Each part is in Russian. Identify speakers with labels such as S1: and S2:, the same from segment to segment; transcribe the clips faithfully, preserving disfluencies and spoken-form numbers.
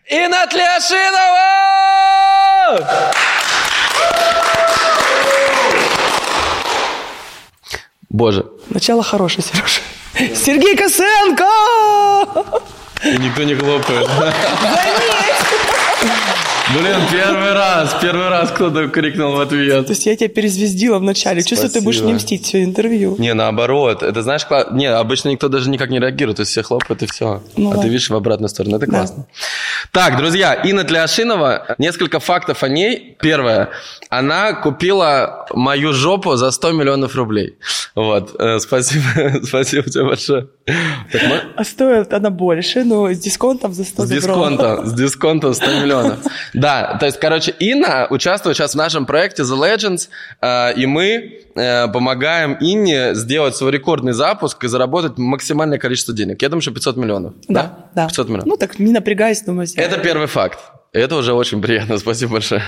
S1: Инна Тляшинова! Боже.
S2: Начало хорошее, Сережа. Сергей Косенко!
S1: И никто не хлопает. Блин, первый раз, первый раз кто-то крикнул в ответ.
S2: То есть я тебя перезвездила в начале. Чувствую, ты будешь не мстить все интервью.
S1: Не, наоборот. Это, знаешь, кла... не, обычно никто даже никак не реагирует. То есть все хлопают и все. Ну, а да. Ты видишь в обратную сторону. Это да. Классно. Так, друзья, Инна Тляшинова. Несколько фактов о ней. Первое. Она купила мою жопу за сто миллионов рублей. Вот. Спасибо, спасибо тебе большое. Так, мы...
S2: А стоит она больше, но с дисконтом за сто.
S1: С дисконтом, с дисконтом сто миллионов. Да, то есть, короче, Инна участвует сейчас в нашем проекте The Legends, э, и мы э, помогаем Инне сделать свой рекордный запуск и заработать максимальное количество денег. Я думаю, что пятьсот миллионов.
S2: Да,
S1: да.
S2: да.
S1: пятьсот миллионов.
S2: Ну, так не напрягайся, думаю.
S1: Это первый факт. Это уже очень приятно, спасибо большое.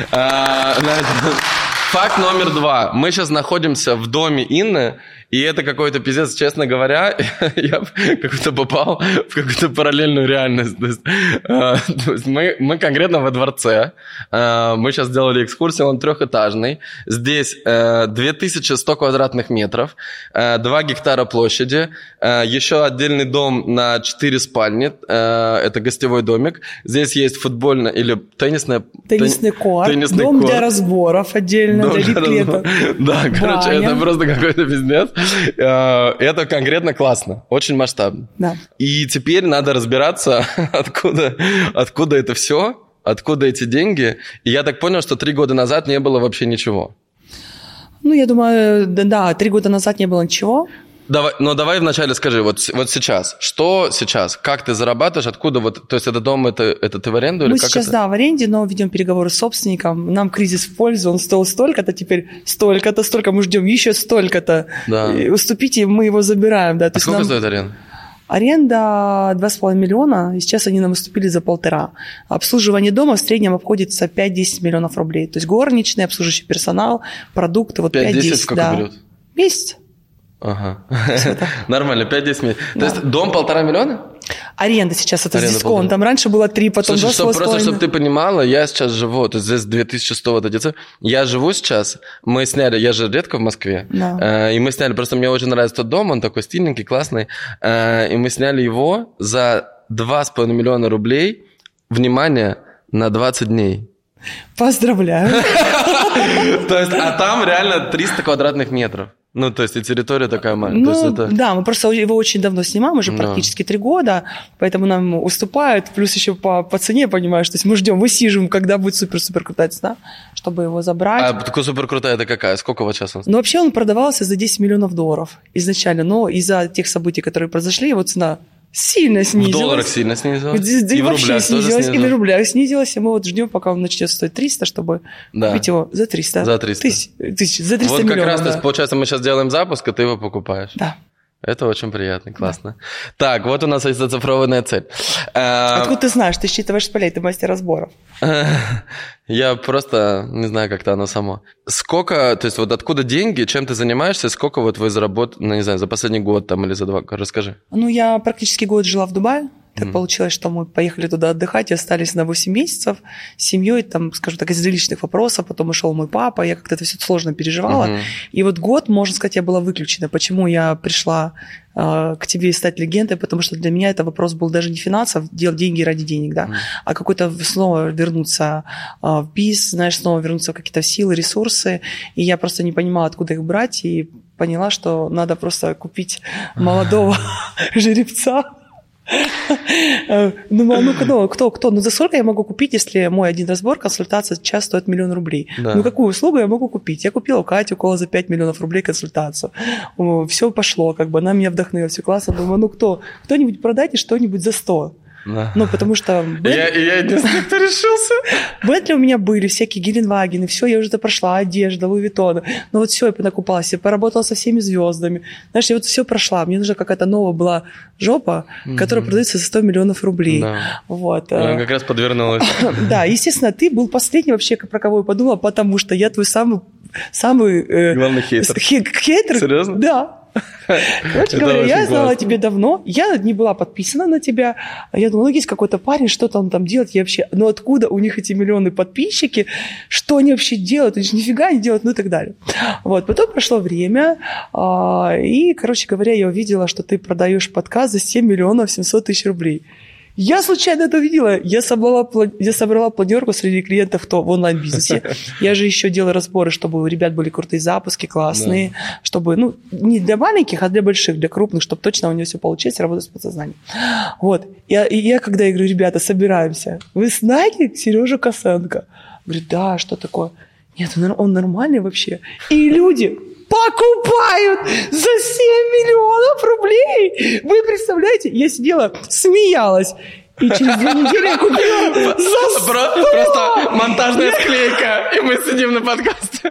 S1: Факт номер два. Мы сейчас находимся в доме Инны, и это какой-то пиздец, честно говоря, я как-то попал в какую-то параллельную реальность. То есть, э, то есть мы, мы конкретно во дворце. Э, мы сейчас сделали экскурсию, он трехэтажный. Здесь э, две тысячи сто квадратных метров, э, два гектара площади, э, еще отдельный дом на четыре спальни. Э, это гостевой домик. Здесь есть футбольная или теннисная...
S2: Теннисный корт,
S1: теннисный
S2: дом
S1: корт.
S2: для разборов отдельно, дом для вип-клеток.
S1: Да, короче, Баня. Это просто какой-то пиздец. Это конкретно классно, очень масштабно.
S2: Да.
S1: И теперь надо разбираться, откуда, откуда это все, откуда эти деньги. И я так понял, что три года назад не было вообще ничего.
S2: Ну, я думаю, да, да, три года назад не было ничего.
S1: Давай, но давай вначале скажи, вот, вот сейчас, что сейчас, как ты зарабатываешь, откуда вот, то есть это дом, это, это ты в аренду?
S2: Мы
S1: или как
S2: сейчас,
S1: это?
S2: Да, в аренде, но ведем переговоры с собственником, нам кризис в пользу, он стоил столько-то, теперь столько-то, столько, мы ждем еще столько-то, да. Уступите, мы его забираем. Да.
S1: А сколько нам... стоит аренда?
S2: Аренда два с половиной миллиона, и сейчас они нам уступили за полтора. Обслуживание дома в среднем обходится пять-десять миллионов рублей, то есть горничный, обслуживающий персонал, продукты, вот пять-десять.
S1: сколько
S2: да.
S1: берет?
S2: Месяц.
S1: Ага. Нормально, пять-десять месяцев. Да. То есть дом полтора миллиона?
S2: Аренда сейчас, это
S1: Аренда
S2: с дисконтом. Там раньше было три, потом
S1: Слушай,
S2: два с половиной.
S1: Просто, чтобы ты понимала, я сейчас живу, то есть здесь две тысячи сто вот эти, я живу сейчас, мы сняли, я же редко в Москве,
S2: да.
S1: и мы сняли, просто мне очень нравится тот дом, он такой стильненький, классный, и мы сняли его за два с половиной миллиона рублей, внимание, на двадцать дней.
S2: Поздравляю.
S1: То есть, а там реально триста квадратных метров. Ну, то есть, и территория такая маленькая.
S2: Ну,
S1: это...
S2: да, мы просто его очень давно снимаем, уже да. практически три года, поэтому нам уступают, плюс еще по, по цене, понимаешь, то есть мы ждем, высиживаем, когда будет супер-супер крутая цена, чтобы его забрать.
S1: А такая супер крутая это какая? Сколько вот сейчас он?
S2: Ну, вообще он продавался за десять миллионов долларов изначально, но из-за тех событий, которые произошли, его цена сильно снизилась.
S1: В долларах сильно снизилась?
S2: И, и
S1: в рублях
S2: снизилась, и в рублях снизилась, и мы вот ждем, пока он начнет стоить триста, чтобы
S1: да.
S2: купить его за триста.
S1: За триста.
S2: Тысяч, тысяч, за триста
S1: вот
S2: миллионов.
S1: Вот как раз,
S2: да.
S1: то есть, получается, мы сейчас делаем запуск, а ты его покупаешь.
S2: Да.
S1: Это очень приятно, классно. Да. Так, вот у нас есть зацифрованная цель.
S2: Откуда ты знаешь? Ты считываешь полей, ты мастер разборов.
S1: Я просто не знаю, как-то оно само. Сколько, то есть вот откуда деньги, чем ты занимаешься, сколько вот вы заработали, ну не знаю, за последний год там или за два, расскажи.
S2: Ну, я практически год жила в Дубае. Так mm. получилось, что мы поехали туда отдыхать и остались на восемь месяцев с семьей, там, скажем так, из личных вопросов. Потом ушел мой папа, я как-то это все сложно переживала. Mm-hmm. И вот год, можно сказать, я была выключена. Почему я пришла э, к тебе стать легендой? Потому что для меня это вопрос был даже не финансов, делать деньги ради денег, да, mm. а какой-то снова вернуться э, в бис, знаешь, снова вернуться в какие-то силы, ресурсы. И я просто не понимала, откуда их брать, и поняла, что надо просто купить молодого жеребца. Ну, ну кто, кто, кто? Ну, за сколько я могу купить, если мой один разбор, консультация, час стоит миллион рублей? Да. Ну, какую услугу я могу купить? Я купила у Кати около за пять миллионов рублей консультацию. Все пошло, как бы, она меня вдохновила, все классно. Думаю, ну, кто? Кто-нибудь продайте что-нибудь за сто. Да. Ну, потому что... Бент...
S1: Я, я единственный, кто решился.
S2: Бентли у меня были, всякие Геленвагены, все, я уже это прошла, одежда, Луи Виттона. Ну, вот все, я понакупалась, я поработала со всеми звездами. Знаешь, я вот все прошла. Мне нужна какая-то новая была жопа, угу. которая продается за сто миллионов рублей.
S1: Да.
S2: Вот.
S1: Я как раз подвернулась.
S2: Да, естественно, ты был последний вообще, про кого я подумала, потому что я твой самый... Самый...
S1: Главный хейтер.
S2: Хейтер?
S1: Серьезно?
S2: Да. Короче говоря, я знала о тебе давно, я не была подписана на тебя, я думала, ну есть какой-то парень, что-то он там делает, я вообще, ну откуда у них эти миллионы подписчики, что они вообще делают, они же нифига не делают, ну и так далее. Вот, потом прошло время, и, короче говоря, я увидела, что ты продаешь подкаст за семь миллионов семьсот тысяч рублей. Я случайно это увидела. Я собрала, я собрала планерку среди клиентов кто в онлайн-бизнесе. Я же еще делаю разборы, чтобы у ребят были крутые запуски, классные, да. Чтобы, ну, не для маленьких, а для больших, для крупных, чтобы точно у него все получилось, работать с подсознанием. Вот. Я, и я, когда я говорю, ребята, собираемся, вы знаете Сережу Косенко? Говорю, да, что такое? Нет, он нормальный вообще. И люди покупают за семь миллионов рублей. Вы представляете? Я сидела, смеялась. И через две недели я купила за сто.
S1: Просто монтажная склейка, и мы сидим на подкасте.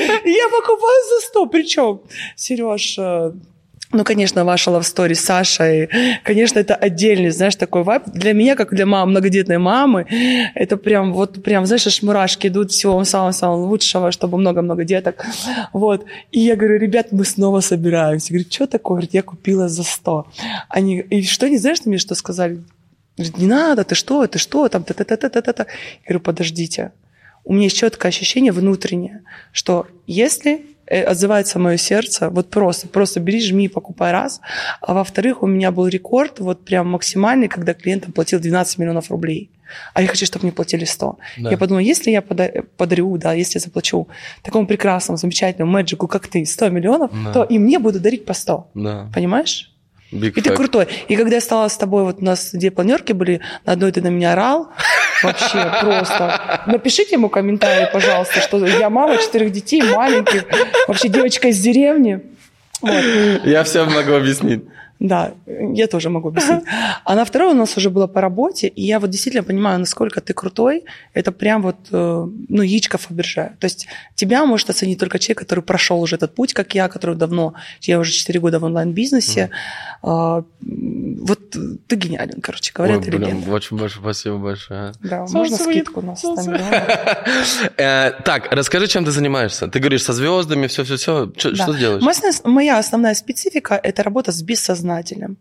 S2: Я покупаю за сто. Причем, Сереж, ну, конечно, ваша love story с Сашей, конечно, это отдельный, знаешь, такой вайб. Для меня, как для мамы, многодетной мамы, это прям, вот прям, знаешь, аж мурашки идут всего самого-самого лучшего, чтобы много-много деток. Вот. И я говорю, ребят, мы снова собираемся. Говорю, что такое? Говорит, я купила за сто. Они, и что, не знаешь, мне что сказали? Говорит, не надо, ты что, ты что, там, та-та-та-та-та-та. Я говорю, подождите. У меня есть четкое ощущение внутреннее, что если отзывается мое сердце, вот просто, просто бери, жми, покупай раз. А во-вторых, у меня был рекорд, вот прям максимальный, когда клиентам платил двенадцать миллионов рублей. А я хочу, чтобы мне платили сто. Да. Я подумала, если я подарю, да, если я заплачу такому прекрасному, замечательному мэджику, как ты, сто миллионов, да. То и мне будут дарить по сто. Да. Понимаешь? Big и fact. Ты крутой. И когда я стала с тобой, вот у нас две планерки были, на одной ты на меня орал, вообще просто. Напишите ему комментарий, пожалуйста, что я мама четырех детей, маленьких, вообще девочка из деревни. Вот.
S1: Я все могу объяснить.
S2: Да, я тоже могу объяснить. А на второй у нас уже было по работе, и я вот действительно понимаю, насколько ты крутой. Это прям вот, ну, яичко Фаберже. То есть тебя может оценить только человек, который прошел уже этот путь, как я, который давно, я уже четыре года в онлайн-бизнесе. Mm. Вот ты гениален, короче говоря,
S1: Ой,
S2: ты
S1: блин,
S2: легенда.
S1: Очень большое, спасибо большое.
S2: Да, so можно sweet. Скидку на сто миллионов.
S1: Так, расскажи, чем ты занимаешься. Ты говоришь, со звездами, все-все-все. Что ты делаешь?
S2: Моя основная специфика – это работа с бессознательным.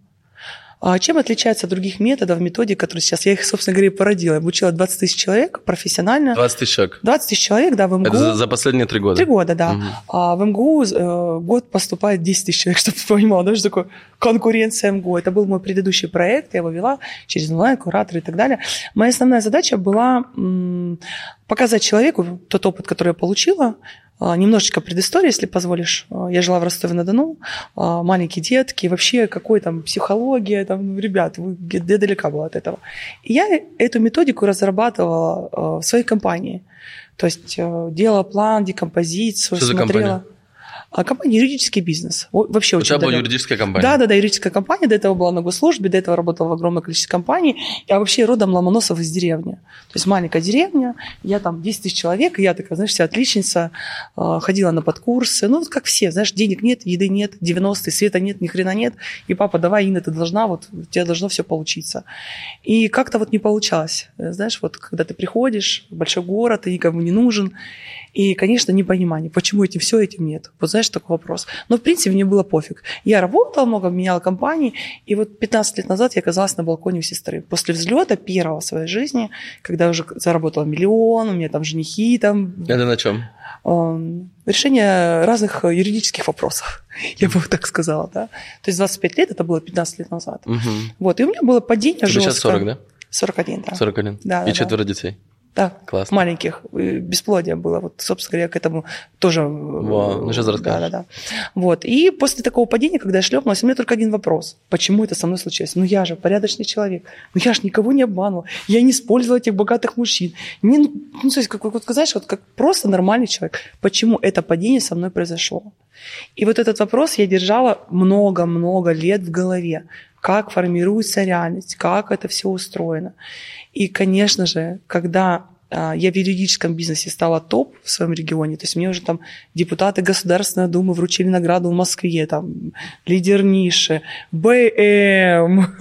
S2: А чем отличается от других методов, методик, которые сейчас, я их, собственно говоря, породила. Я обучила двадцать тысяч человек профессионально.
S1: двадцать тысяч человек?
S2: двадцать тысяч человек, да, в эм гэ у.
S1: Это за, за последние три года?
S2: Три года, да. Угу. А в эм гэ у э, год поступает десять тысяч человек, чтобы ты понимал, да, что такое конкуренция эм гэ у. Это был мой предыдущий проект, я его вела через онлайн, кураторы и так далее. Моя основная задача была м- показать человеку тот опыт, который я получила. Немножечко предыстории, если позволишь. Я жила в Ростове-на-Дону, маленькие детки, вообще какой там психология, там, ребят, вы, я далека была от этого. И я эту методику разрабатывала в своей компании. То есть делала план, декомпозицию,
S1: Что
S2: смотрела...
S1: за компания?
S2: А компания юридический бизнес. Вообще
S1: У
S2: очень
S1: тебя была
S2: далеко.
S1: юридическая компания?
S2: Да, да, да, юридическая компания. До этого была на госслужбе, до этого работала в огромном количестве компаний. А вообще родом Ломоносов из деревни. То есть маленькая деревня, я там десять тысяч человек, и я такая, знаешь, вся отличница, ходила на подкурсы. Ну, вот как все, знаешь, денег нет, еды нет, девяностые, света нет, ни хрена нет. И папа, давай, Инна, ты должна, вот у тебя должно все получиться. И как-то вот не получалось. Знаешь, вот когда ты приходишь в большой город, ты никому не нужен. И, конечно, непонимание, почему этим все, этим нет. Вот знаешь, такой вопрос. Но, в принципе, мне было пофиг. Я работала много, меняла компании, и вот пятнадцать лет назад я оказалась на балконе у сестры. После взлета первого в своей жизни, когда я уже заработала миллион, у меня там женихи. Там,
S1: это на чем?
S2: Решение разных юридических вопросов, я бы вот так сказала. Да? То есть двадцать пять лет, это было пятнадцать лет назад. Угу. Вот, и у меня было падение
S1: Тебе
S2: жесткое.
S1: сейчас сорок, да?
S2: сорок один, да.
S1: сорок один.
S2: Да,
S1: и
S2: да,
S1: четверо
S2: да.
S1: детей.
S2: Да,
S1: классно.
S2: Маленьких. Бесплодие было. Вот, собственно говоря, к этому тоже...
S1: Вау, ну сейчас расскажешь.
S2: Да, да, да. Вот. И после такого падения, когда я шлепнулась, у меня только один вопрос. Почему это со мной случилось? Ну я же порядочный человек. Ну я же никого не обманывала. Я не использовала этих богатых мужчин. Не, ну, то есть, как, как, знаешь, вот как просто нормальный человек. Почему это падение со мной произошло? И вот этот вопрос я держала много-много лет в голове. Как формируется реальность, как это все устроено. И, конечно же, когда а, я в юридическом бизнесе стала топ в своем регионе, то есть мне уже там депутаты Государственной Думы вручили награду в Москве, там, лидер ниши, бэ эм.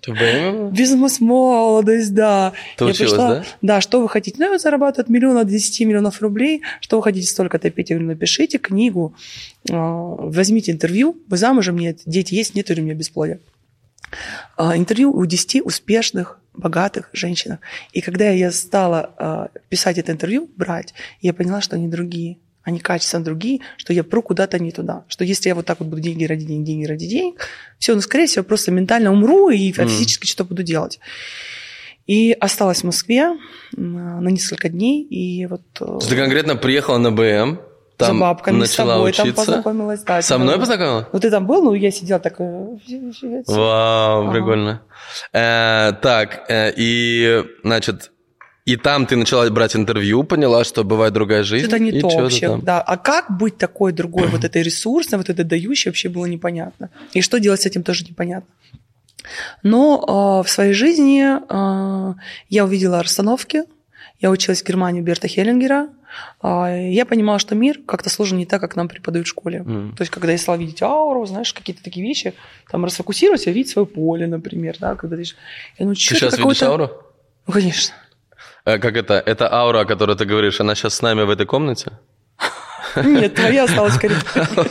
S2: Бизнес-молодость, да.
S1: Ты
S2: я
S1: училась,
S2: пришла,
S1: да?
S2: Да, что вы хотите? Ну, я зарабатываю от миллиона до десяти миллионов рублей. Что вы хотите столько-то петь? Я говорю, напишите книгу, возьмите интервью. Вы замужем? Нет. Дети есть? Нет, или у меня бесплодие. Интервью у десяти успешных, богатых женщин. И когда я стала писать это интервью, брать, я поняла, что они другие. Они качественно другие, что я пру куда-то не туда. Что если я вот так вот буду деньги ради денег, деньги ради денег, все, ну, скорее всего, просто ментально умру и mm. физически что буду делать. И осталась в Москве на несколько дней. И вот...
S1: Ты конкретно приехала на БМ, там
S2: за бабками,
S1: начала
S2: с тобой
S1: учиться.
S2: Там познакомилась. Да,
S1: Со мной познакомилась?
S2: Ну, ты там был, ну, я сидела так...
S1: Вау, ага. Прикольно. Э, так, э, и, значит... И там ты начала брать интервью, поняла, что бывает другая жизнь.
S2: Это не
S1: и
S2: то вообще,
S1: там.
S2: Да. А как быть такой другой, вот этой ресурсной, вот этой дающей, вообще было непонятно. И что делать с этим тоже непонятно. Но э, в своей жизни э, я увидела расстановки. Я училась в Германии у Берта Хеллингера. Э, я понимала, что мир как-то сложен не так, как нам преподают в школе. Mm. То есть, когда я стала видеть ауру, знаешь, какие-то такие вещи, там расфокусируйся, видеть свое поле, например. Да, когда ты... Я, ну,
S1: ты сейчас видишь ауру?
S2: Ну, конечно.
S1: Как это? Это аура, о которой ты говоришь, она сейчас с нами в этой комнате?
S2: Нет, твоя осталась в коридоре.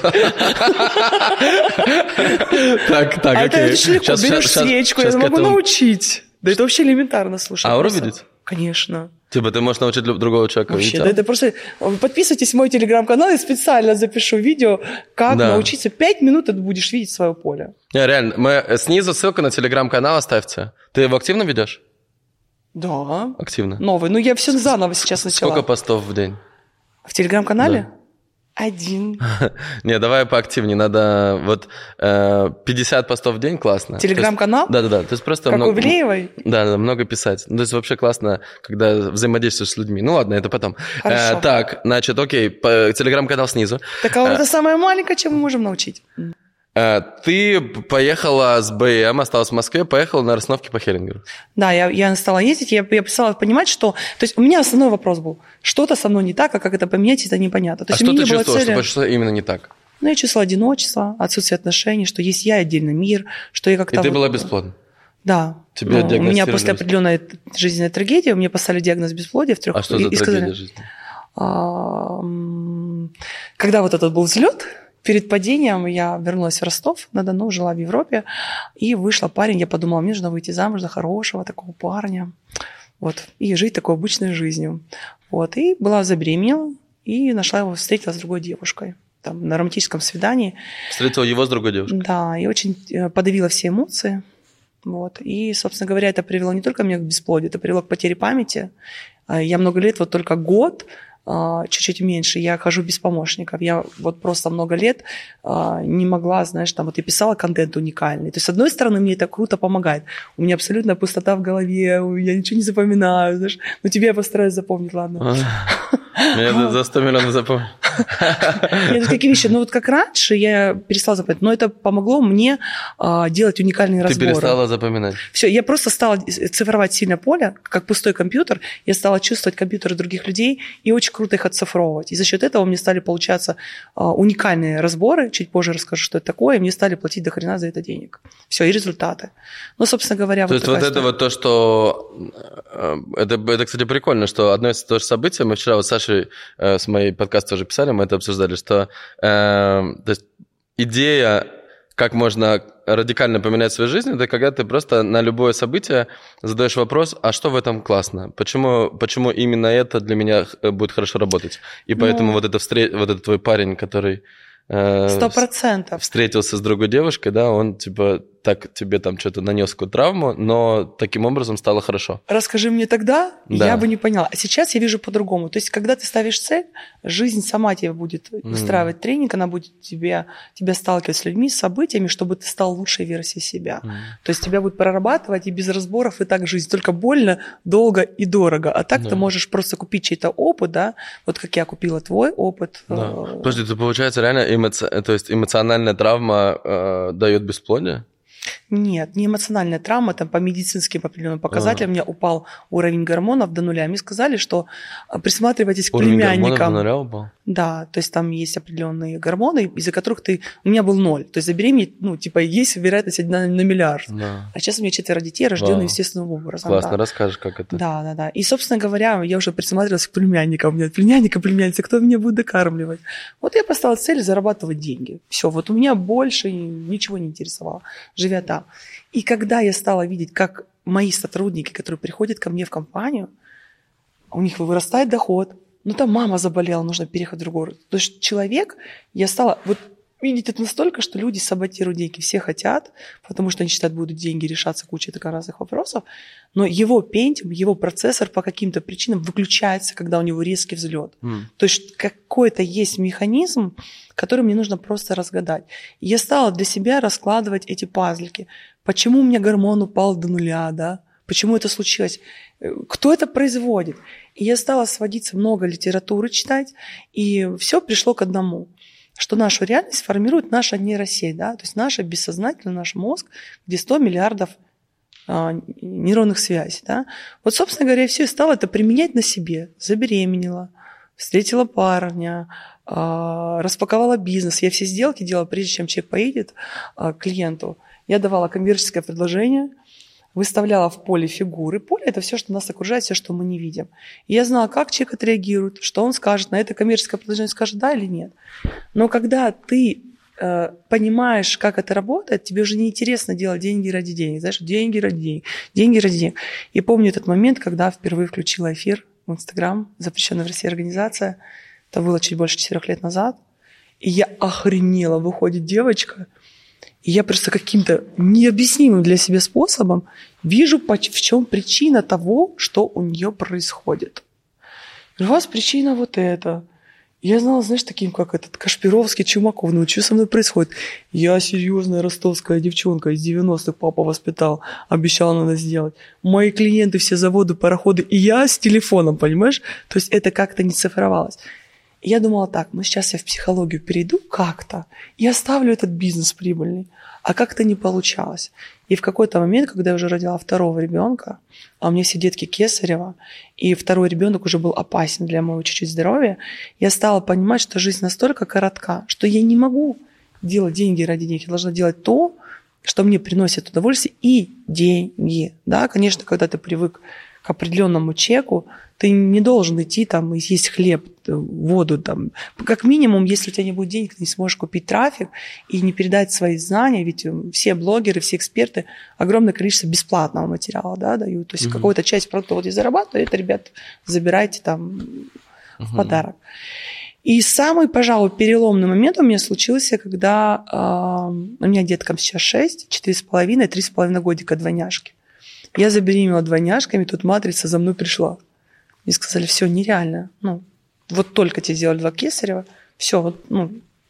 S1: Так, так, окей.
S2: А это очень легко, берешь свечку, я могу научить. Да это вообще элементарно, слушай.
S1: Ауру видеть?
S2: Конечно.
S1: Типа ты можешь научить другого человека
S2: вообще,
S1: видеть?
S2: Да, это просто... Подписывайтесь в мой телеграм-канал, я специально запишу видео, как да. научиться. Пять минут ты будешь видеть свое поле.
S1: Не, реально, мы... снизу ссылка на телеграм-канал оставьте. Ты его активно ведешь?
S2: Да.
S1: Активно.
S2: Новый. Ну, я все заново сейчас начала.
S1: Сколько постов в день?
S2: В телеграм-канале?
S1: Да.
S2: Один.
S1: Не, давай поактивнее. Надо вот пятьдесят постов в день, классно.
S2: Телеграм-канал?
S1: Да-да-да. То есть просто
S2: как
S1: много...
S2: у Ивлеевой?
S1: Да, да, много писать. Ну, то есть вообще классно, когда взаимодействуешь с людьми. Ну ладно, это потом.
S2: Хорошо.
S1: Так, значит, окей, телеграм-канал снизу.
S2: Так, а вот это самое маленькое, чем мы можем научить?
S1: Ты поехала с БМ, осталась в Москве, поехала на расстановки по Хеллингеру.
S2: Да, я, я стала ездить, я, я стала понимать, что... То есть у меня основной вопрос был, что-то со мной не так, а как это поменять, это непонятно. То
S1: а
S2: есть
S1: что ты
S2: не
S1: чувствовала,
S2: цели...
S1: что почувствовала именно не так?
S2: Ну, я чувствовала одиночество, отсутствие отношений, что есть я, отдельный мир, что я как-то...
S1: И ты
S2: вот...
S1: была бесплодна?
S2: Да.
S1: Тебя
S2: ну, у меня после определенной жизненной трагедии, мне поставили диагноз бесплодия в трех...
S1: А что за
S2: и,
S1: трагедия
S2: и сказали,
S1: жизни?
S2: А, когда вот этот был взлет... Перед падением я вернулась в Ростов-на-Дону, жила в Европе, и вышла парень, я подумала, мне нужно выйти замуж за хорошего такого парня, вот, и жить такой обычной жизнью. Вот, и была забеременела, и нашла его, встретила с другой девушкой, там, на романтическом свидании.
S1: Встретила его с другой девушкой?
S2: Да, и очень подавила все эмоции, вот, и, собственно говоря, это привело не только меня к бесплодию, это привело к потере памяти. Я много лет, вот только год, чуть-чуть меньше, я хожу без помощников. Я вот просто много лет не могла, знаешь, там вот я писала контент уникальный. То есть, с одной стороны, мне это круто помогает. У меня абсолютно пустота в голове, я ничего не запоминаю, знаешь. Но тебе я постараюсь запомнить, ладно.
S1: Я за сто миллионов запомнил.
S2: Нет, такие вещи. Ну вот как раньше я перестала запоминать, но это помогло мне делать уникальные разборы.
S1: Ты перестала запоминать?
S2: Все, я просто стала цифровать сильно поле, как пустой компьютер. Я стала чувствовать компьютеры других людей и очень круто их оцифровывать. И за счет этого мне стали получаться уникальные разборы. Чуть позже расскажу, что это такое. И мне стали платить до хрена за это денег. Все, и результаты. Ну, собственно говоря,
S1: то
S2: вот
S1: есть вот это вот то, что... Это, это, кстати, прикольно, что одно из того же события, мы вчера вот с Сашей э, с моей подкаст тоже писали, мы это обсуждали, что э, то есть идея, как можно радикально поменять свою жизнь, это когда ты просто на любое событие задаешь вопрос, а что в этом классно? Почему, почему именно это для меня будет хорошо работать? И поэтому ну, вот, это встр... вот этот твой парень, который...
S2: Сто процентов.
S1: Встретился с другой девушкой, да, он типа так тебе там что-то нанес какую-то травму, но таким образом стало хорошо.
S2: Расскажи мне тогда, да. Я бы не поняла. А сейчас я вижу по-другому. То есть, когда ты ставишь цель, жизнь сама тебе будет устраивать mm. тренинг, она будет тебе, тебя сталкивать с людьми, с событиями, чтобы ты стал лучшей версией себя. Mm. То есть, тебя будет прорабатывать и без разборов, и так жизнь. Только больно, долго и дорого. А так mm. ты можешь просто купить чей-то опыт, да, вот как я купила твой опыт.
S1: Да. Подожди, это получается реально эмоци... то есть эмоциональная травма э, дает бесплодие?
S2: Нет, не эмоциональная травма, там по медицинским определенным показателям а. у меня упал уровень гормонов до нуля. Мне сказали, что присматривайтесь к уровень племянникам. Уровень
S1: гормонов до нуля упал?
S2: Да, то есть там есть определенные гормоны, из-за которых ты... У меня был ноль. То есть забеременеть, ну, типа, есть вероятность на, на миллиард. Да. А сейчас у меня четверо детей, рожденные Вау. естественным образом.
S1: Классно,
S2: да.
S1: расскажешь, как это.
S2: Да, да, да. И, собственно говоря, я уже присматривалась к племянникам. У меня племянника, племянница, кто меня будет докармливать? Вот я поставила цель зарабатывать деньги. Все, вот у меня больше ничего не интересовало, живя там. И когда я стала видеть, как мои сотрудники, которые приходят ко мне в компанию, у них вырастает доход, ну там мама заболела, нужно переехать в другой город. То есть человек, я стала вот видеть это настолько, что люди саботируют деньги. Все хотят, потому что они считают, будут деньги решаться кучей таких разных вопросов, но его пентиум, его процессор по каким-то причинам выключается, когда у него резкий взлет. Mm. То есть какой-то есть механизм, который мне нужно просто разгадать. И я стала для себя раскладывать эти пазлики. Почему у меня гормон упал до нуля, да? Почему это случилось? Кто это производит? И я стала сводиться, много литературы читать, и все пришло к одному, что нашу реальность формирует наша нейросеть, да? То есть наша бессознательная, наш мозг, где сто миллиардов а, нейронных связей. Да? Вот, собственно говоря, я все и стала это применять на себе. Забеременела, встретила парня, а, распаковала бизнес. Я все сделки делала, прежде чем человек поедет а, к клиенту. Я давала коммерческое предложение, выставляла в поле фигуры. Поле – это все, что нас окружает, все, что мы не видим. И я знала, как человек отреагирует, что он скажет, на это коммерческое предложение скажет да или нет. Но когда ты э, понимаешь, как это работает, тебе уже не интересно делать деньги ради денег. Знаешь, деньги ради денег, деньги ради денег. И помню этот момент, когда впервые включила эфир в Инстаграм, запрещенная в России организация. Это было чуть больше четырех лет назад. И я охренела, выходит девочка, и я просто каким-то необъяснимым для себя способом вижу, в чем причина того, что у нее происходит. У вас причина вот эта. Я знала, знаешь, таким, как этот Кашпировский, Чумаков. Ну, что со мной происходит? Я серьезная ростовская девчонка из девяностых, папа воспитал, обещал надо сделать. Мои клиенты, все заводы, пароходы, и я с телефоном, понимаешь? То есть это как-то не цифровалось. И я думала так, ну сейчас я в психологию перейду как-то и оставлю этот бизнес прибыльный. А как-то не получалось. И в какой-то момент, когда я уже родила второго ребенка, а у меня все детки кесарево, и второй ребенок уже был опасен для моего чуть-чуть здоровья, я стала понимать, что жизнь настолько коротка, что я не могу делать деньги ради денег. Я должна делать то, что мне приносит удовольствие и деньги. Да, конечно, когда ты привык к определенному чеку, ты не должен идти там и съесть хлеб, воду. Там. Как минимум, если у тебя не будет денег, ты не сможешь купить трафик и не передать свои знания, ведь все блогеры, все эксперты огромное количество бесплатного материала, да, дают. То есть угу. какую-то часть продукта вот я зарабатываю, это, ребят, забирайте там угу. в подарок. И самый, пожалуй, переломный момент у меня случился, когда э, у меня деткам сейчас шесть, четыре с половиной, три с половиной годика двойняшки. Я забеременела двойняшками, тут матрица за мной пришла. Мне сказали, все нереально. Ну, вот только тебе сделали два кесарева, все, вот, ну.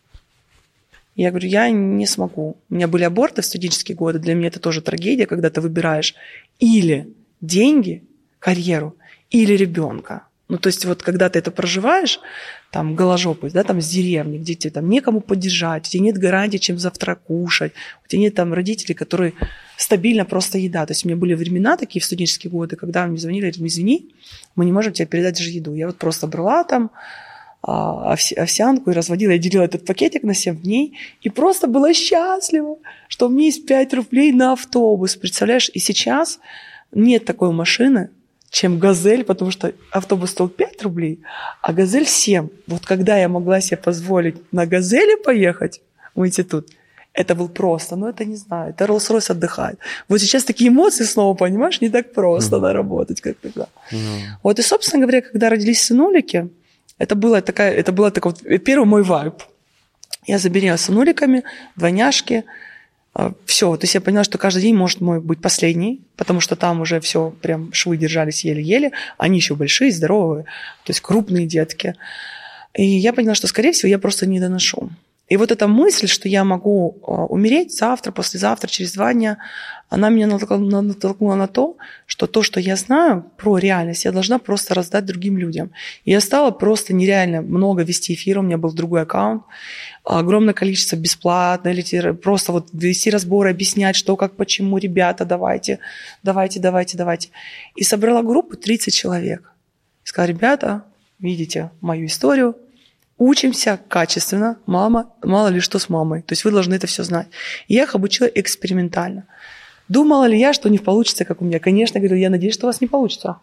S2: Я говорю, я не смогу. У меня были аборты в студенческие годы, для меня это тоже трагедия, когда ты выбираешь или деньги, карьеру, или ребенка. Ну, то есть вот когда ты это проживаешь, там, голожопый, да, там, с деревни, где тебе там некому поддержать, у тебя нет гарантии, чем завтра кушать, у тебя нет там родителей, которые стабильно просто еда. То есть у меня были времена такие в студенческие годы, когда мне звонили, говорят, извини, мы не можем тебе передать же еду. Я вот просто брала там овсянку и разводила, я делила этот пакетик на семь дней и просто была счастлива, что у меня есть пять рублей на автобус, представляешь? И сейчас нет такой машины, чем «Газель», потому что автобус стоил пять рублей, а «Газель» семь. Вот когда я могла себе позволить на «Газели» поехать в институт, это был просто, ну это не знаю, это Роллс-Ройс отдыхает. Вот сейчас такие эмоции снова, понимаешь, не так просто mm-hmm. да, работать, как тогда. Mm-hmm. Вот и, собственно говоря, когда родились сынулики, это было такая, это было такой вот первый мой вайб. Я забеременела сынуликами, двойняшки, все, то есть я поняла, что каждый день может мой быть последний, потому что там уже все, прям швы держались еле-еле, они еще большие, здоровые, то есть крупные детки. И я поняла, что, скорее всего, я просто не доношу. И вот эта мысль, что я могу умереть завтра, послезавтра, через два дня, она меня натолкнула, натолкнула на то, что то, что я знаю про реальность, я должна просто раздать другим людям. И я стала просто нереально много вести эфиры, у меня был другой аккаунт, огромное количество бесплатно, или просто вот вести разборы, объяснять, что, как, почему, ребята, давайте, давайте, давайте, давайте. И собрала группу тридцать человек. И сказала, ребята, видите мою историю, учимся качественно, мама, мало ли что с мамой. То есть вы должны это все знать. И я их обучила экспериментально. Думала ли я, что не получится, как у меня? Конечно, говорю, я надеюсь, что у вас не получится.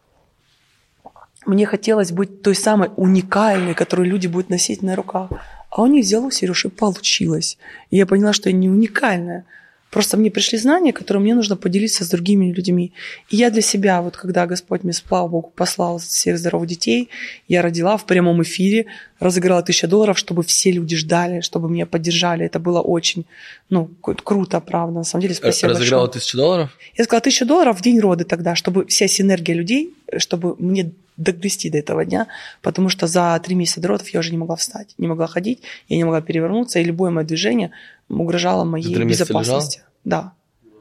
S2: Мне хотелось быть той самой уникальной, которую люди будут носить на руках. А у них взялось, Сереж, и получилось. И я поняла, что я не уникальная. Просто мне пришли знания, которые мне нужно поделиться с другими людьми. И я для себя, вот когда Господь мне, слава Богу, послал всех здоровых детей, я родила в прямом эфире, разыграла тысячу долларов, чтобы все люди ждали, чтобы меня поддержали. Это было очень, ну, круто, правда. На самом деле, спасибо
S1: Разыграла
S2: большое.
S1: тысячу долларов?
S2: Я сказала, тысячу долларов в день роды тогда, чтобы вся синергия людей, чтобы мне догрести до этого дня, потому что за три месяца до родов я уже не могла встать, не могла ходить, я не могла перевернуться, и любое мое движение угрожало моей безопасности. Да,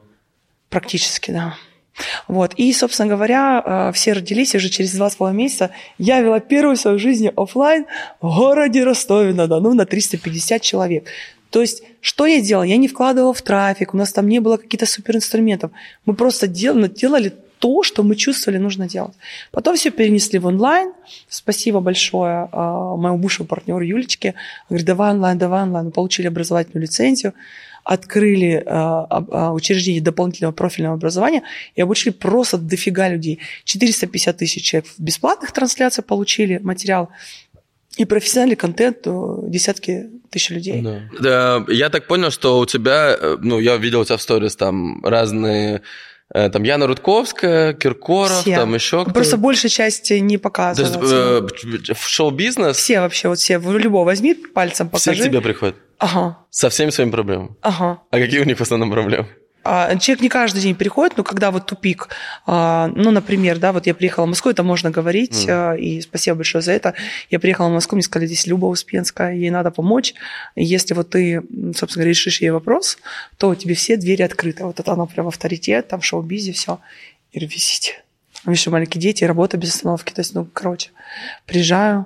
S2: практически, да. Вот. И, собственно говоря, все родились, и уже через два с половиной месяца я вела первую в своей жизни офлайн в городе Ростове-на-Дону на триста пятьдесят человек. То есть, что я делала? Я не вкладывала в трафик, у нас там не было каких-то суперинструментов. Мы просто делали, делали то, что мы чувствовали, нужно делать. Потом все перенесли в онлайн. Спасибо большое моему бывшему партнеру Юлечке. Говорит, давай онлайн, давай онлайн. Мы получили образовательную лицензию, открыли учреждение дополнительного профильного образования и обучили просто дофига людей. четыреста пятьдесят тысяч человек в бесплатных трансляциях получили материал. И профессиональный контент десятки тысяч людей.
S1: Да. Да, я так понял, что у тебя, ну, я видел у тебя в сторис там разные, там Яна Рудковская, Киркоров,
S2: все.
S1: Там еще кто-то.
S2: Просто большая часть не показывается.
S1: То есть э, в шоу-бизнес?
S2: Все вообще, вот все, любого возьми, пальцем покажи.
S1: Все к тебе приходят?
S2: Ага.
S1: Со всеми своими проблемами?
S2: Ага.
S1: А какие у них в основном проблемы?
S2: А, человек не каждый день приходит, но когда вот тупик, а, ну, например, да, вот я приехала в Москву, это можно говорить, mm. а, и спасибо большое за это. Я приехала в Москву, мне сказали, здесь Люба Успенская, ей надо помочь. И если вот ты, собственно говоря, решишь ей вопрос, то тебе все двери открыты. Вот это она прям авторитет, там в шоу-бизе, все. И говорю, везите. У меня еще маленькие дети, работа без остановки. То есть, ну, короче, приезжаю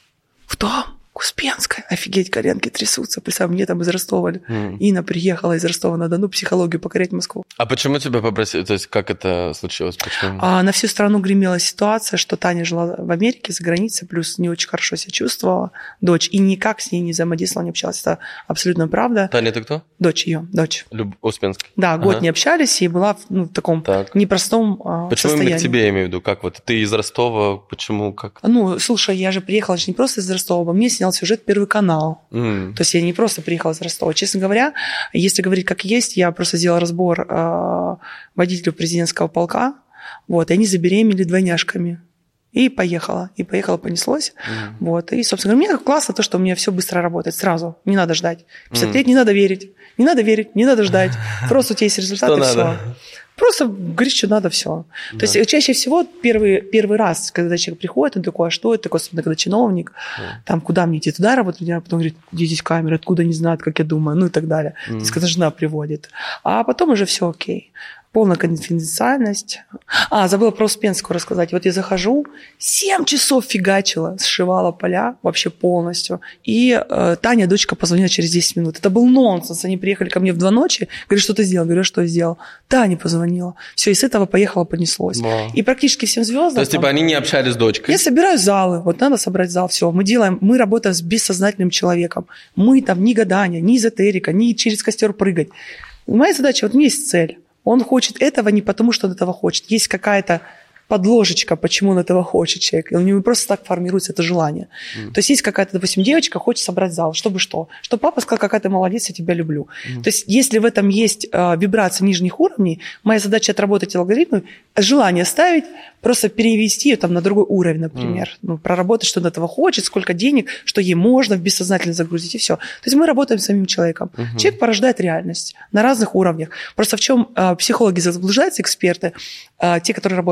S2: в дом. Успенская, офигеть, коленки трясутся. Представь, мне там из Ростова. Mm. Инна приехала из Ростова-на-Дону психологию покорять Москву.
S1: А почему тебя попросили? То есть как это случилось? Почему?
S2: А, на всю страну гремела ситуация, что Таня жила в Америке, за границей, плюс не очень хорошо себя чувствовала, дочь, и никак с ней не взаимодействовала, не общалась. Это абсолютно правда.
S1: Таня, ты кто?
S2: Дочь ее, дочь.
S1: Люб... Успенская.
S2: Да, год
S1: ага.
S2: не общались, и была ну, в таком так. непростом а,
S1: почему
S2: состоянии.
S1: Почему именно к тебе, я имею в виду? Как вот ты из Ростова, почему, как?
S2: Ну, слушай, я же приехала же не просто из Ростова, мне снял сюжет Первый канал. Mm. То есть я не просто приехала из Ростова. Честно говоря, если говорить как есть, я просто сделала разбор э, водителю президентского полка, вот, и они забеременели двойняшками. И поехала. И поехала, понеслось. Mm. Вот. И, собственно говоря, мне классно то, что у меня все быстро работает сразу. Не надо ждать. пятьдесят mm. лет не надо верить. Не надо верить, не надо ждать. Просто у тебя есть результат, и все. Просто говоришь, что надо, все. Да. То есть чаще всего первый, первый раз, когда человек приходит, он такой, а что это такое, особенно когда чиновник, да. там, куда мне идти, туда работать, а потом говорит, где здесь камера, откуда не знают, как я думаю, ну и так далее. Mm. То есть когда жена приводит. А потом уже все окей. Полная конфиденциальность. А, забыла про Успенскую рассказать. Вот я захожу, семь часов фигачила, сшивала поля вообще полностью. И э, Таня, дочка, позвонила через десять минут. Это был нонсенс. Они приехали ко мне в два ночи. Говорю, что ты сделал? Говорю, что я сделал? Таня позвонила. Все, и с этого поехала, понеслось. Wow. И практически всем звездам.
S1: То есть, типа, они не общались с дочкой?
S2: Я собираю залы. Вот надо собрать зал. Все, мы делаем, мы работаем с бессознательным человеком. Мы там ни гадания, ни эзотерика, ни через костер прыгать. Моя задача, вот у меня есть цель. Он хочет этого не потому, что он этого хочет. Есть какая-то подложечка, почему он этого хочет человек. И у него просто так формируется это желание. Mm. То есть есть какая-то, допустим, девочка хочет собрать зал, чтобы что? Чтобы папа сказал, какая ты молодец, я тебя люблю. Mm. То есть если в этом есть э, вибрация нижних уровней, моя задача отработать алгоритмы, желание ставить, просто перевести ее там на другой уровень, например. Mm. Ну, проработать, что он этого хочет, сколько денег, что ей можно в бессознательно загрузить, и все. То есть мы работаем с самим человеком. Mm-hmm. Человек порождает реальность на разных уровнях. Просто в чем э, психологи заблуждаются, эксперты, э, те, которые работают с подсознанием,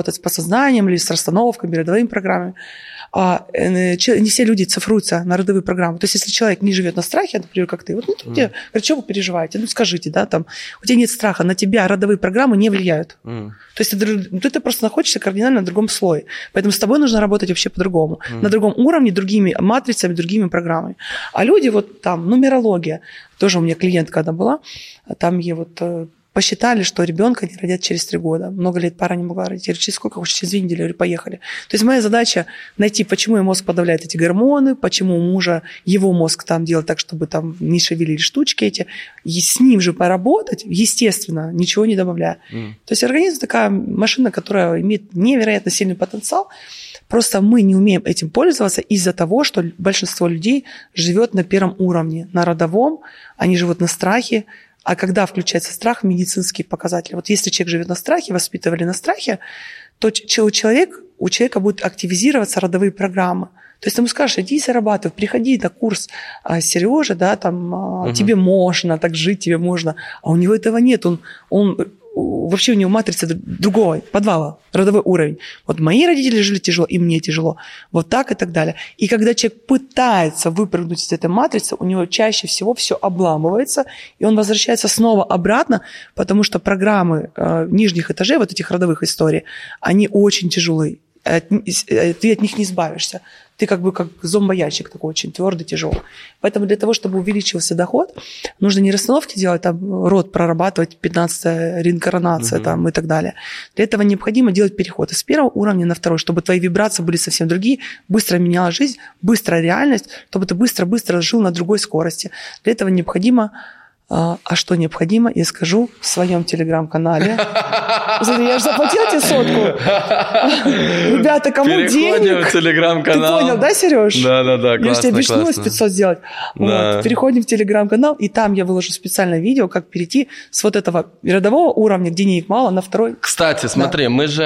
S2: сознанием или с расстановками, родовыми программами. А не все люди цифруются на родовые программы. То есть, если человек не живет на страхе, например, как ты, вот, ну, mm. тебе, говорят, что вы переживаете? Ну, скажите, да, там, у тебя нет страха, на тебя родовые программы не влияют. Mm. То есть, ты, ты просто находишься кардинально на другом слое. Поэтому с тобой нужно работать вообще по-другому. Mm. На другом уровне, другими матрицами, другими программами. А люди, вот там, нумерология. Тоже у меня клиентка одна была, там ей вот... посчитали, что ребенка не родят через три года. Много лет пара не могла родить. Я говорю, через сколько хочешь? Через две недели. Я говорю, поехали. То есть моя задача найти, почему ее мозг подавляет эти гормоны, почему у мужа его мозг там делает так, чтобы там не шевелили штучки эти. И с ним же поработать, естественно, ничего не добавляя. Mm. То есть организм такая машина, которая имеет невероятно сильный потенциал. Просто мы не умеем этим пользоваться из-за того, что большинство людей живет на первом уровне, на родовом, они живут на страхе. А когда включается страх, медицинские показатели. Вот если человек живет на страхе, воспитывали на страхе, то у человека, у человека будут активизироваться родовые программы. То есть ты ему скажешь, иди зарабатывай, приходи на курс Сережи, да, там, угу. тебе можно так жить, тебе можно. А у него этого нет. Он, он, вообще у него матрица другого, подвала, родовой уровень. Вот мои родители жили тяжело, и мне тяжело. Вот так и так далее. И когда человек пытается выпрыгнуть из этой матрицы, у него чаще всего все обламывается, и он возвращается снова обратно, потому что программы э, нижних этажей, вот этих родовых историй, они очень тяжелые. Ты от них не избавишься. Ты как бы как зомбоящик такой очень твердый, тяжелый. Поэтому для того, чтобы увеличивался доход, нужно не расстановки делать, там род прорабатывать, пятнадцатая реинкарнация, угу. там, и так далее. Для этого необходимо делать переход из первого уровня на второй, чтобы твои вибрации были совсем другие, быстро меняла жизнь, быстрая реальность, чтобы ты быстро-быстро жил на другой скорости. Для этого необходимо... А, а что необходимо, я скажу в своем телеграм-канале. Я же заплатила тебе сотку. Ребята, кому денег?
S1: Переходим в телеграм-канал.
S2: Ты понял, да, Сереж?
S1: Да, да, да, классно,
S2: я же тебе обещалась пятьсот сделать.
S1: Да.
S2: Вот. Переходим в телеграм-канал, и там я выложу специальное видео, как перейти с вот этого родового уровня, где денег мало, на второй.
S1: Кстати, смотри, да. мы же...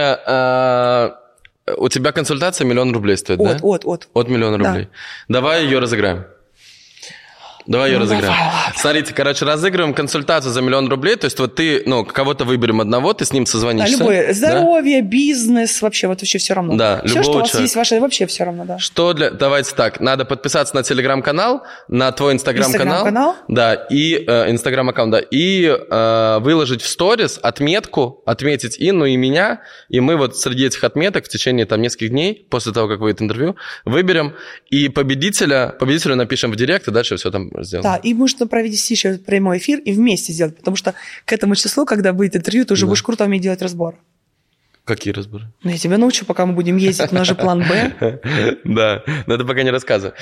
S1: Э, у тебя консультация миллион рублей стоит,
S2: от,
S1: да?
S2: От, от.
S1: От миллиона рублей. Да. Давай ее разыграем. Давай ее ну, разыграем. Давай, Смотрите, короче, разыгрываем консультацию за миллион рублей. То есть вот ты, ну, кого-то выберем одного, ты с ним созвонишься.
S2: Да, любое. Здоровье, да? бизнес, вообще, вот вообще все равно.
S1: Да,
S2: все, что у вас
S1: человека.
S2: есть, ваше вообще все равно, да.
S1: Что для... Давайте так, надо подписаться на телеграм-канал, на твой инстаграм-канал.
S2: Инстаграм-канал?
S1: Да, и э, инстаграм-аккаунт, да. И э, выложить в сторис отметку, отметить Инну и меня. И мы вот среди этих отметок в течение там нескольких дней, после того, как выйдет интервью, выберем. И победителя, победителю напишем в директ, и дальше все там сделаем.
S2: Да, и можно провести еще прямой эфир и вместе сделать, потому что к этому числу, когда будет интервью, ты уже да. будешь круто уметь делать разбор.
S1: Какие разборы?
S2: Ну, я тебя научу, пока мы будем ездить, у нас же план Б.
S1: Да, но это пока не рассказывай.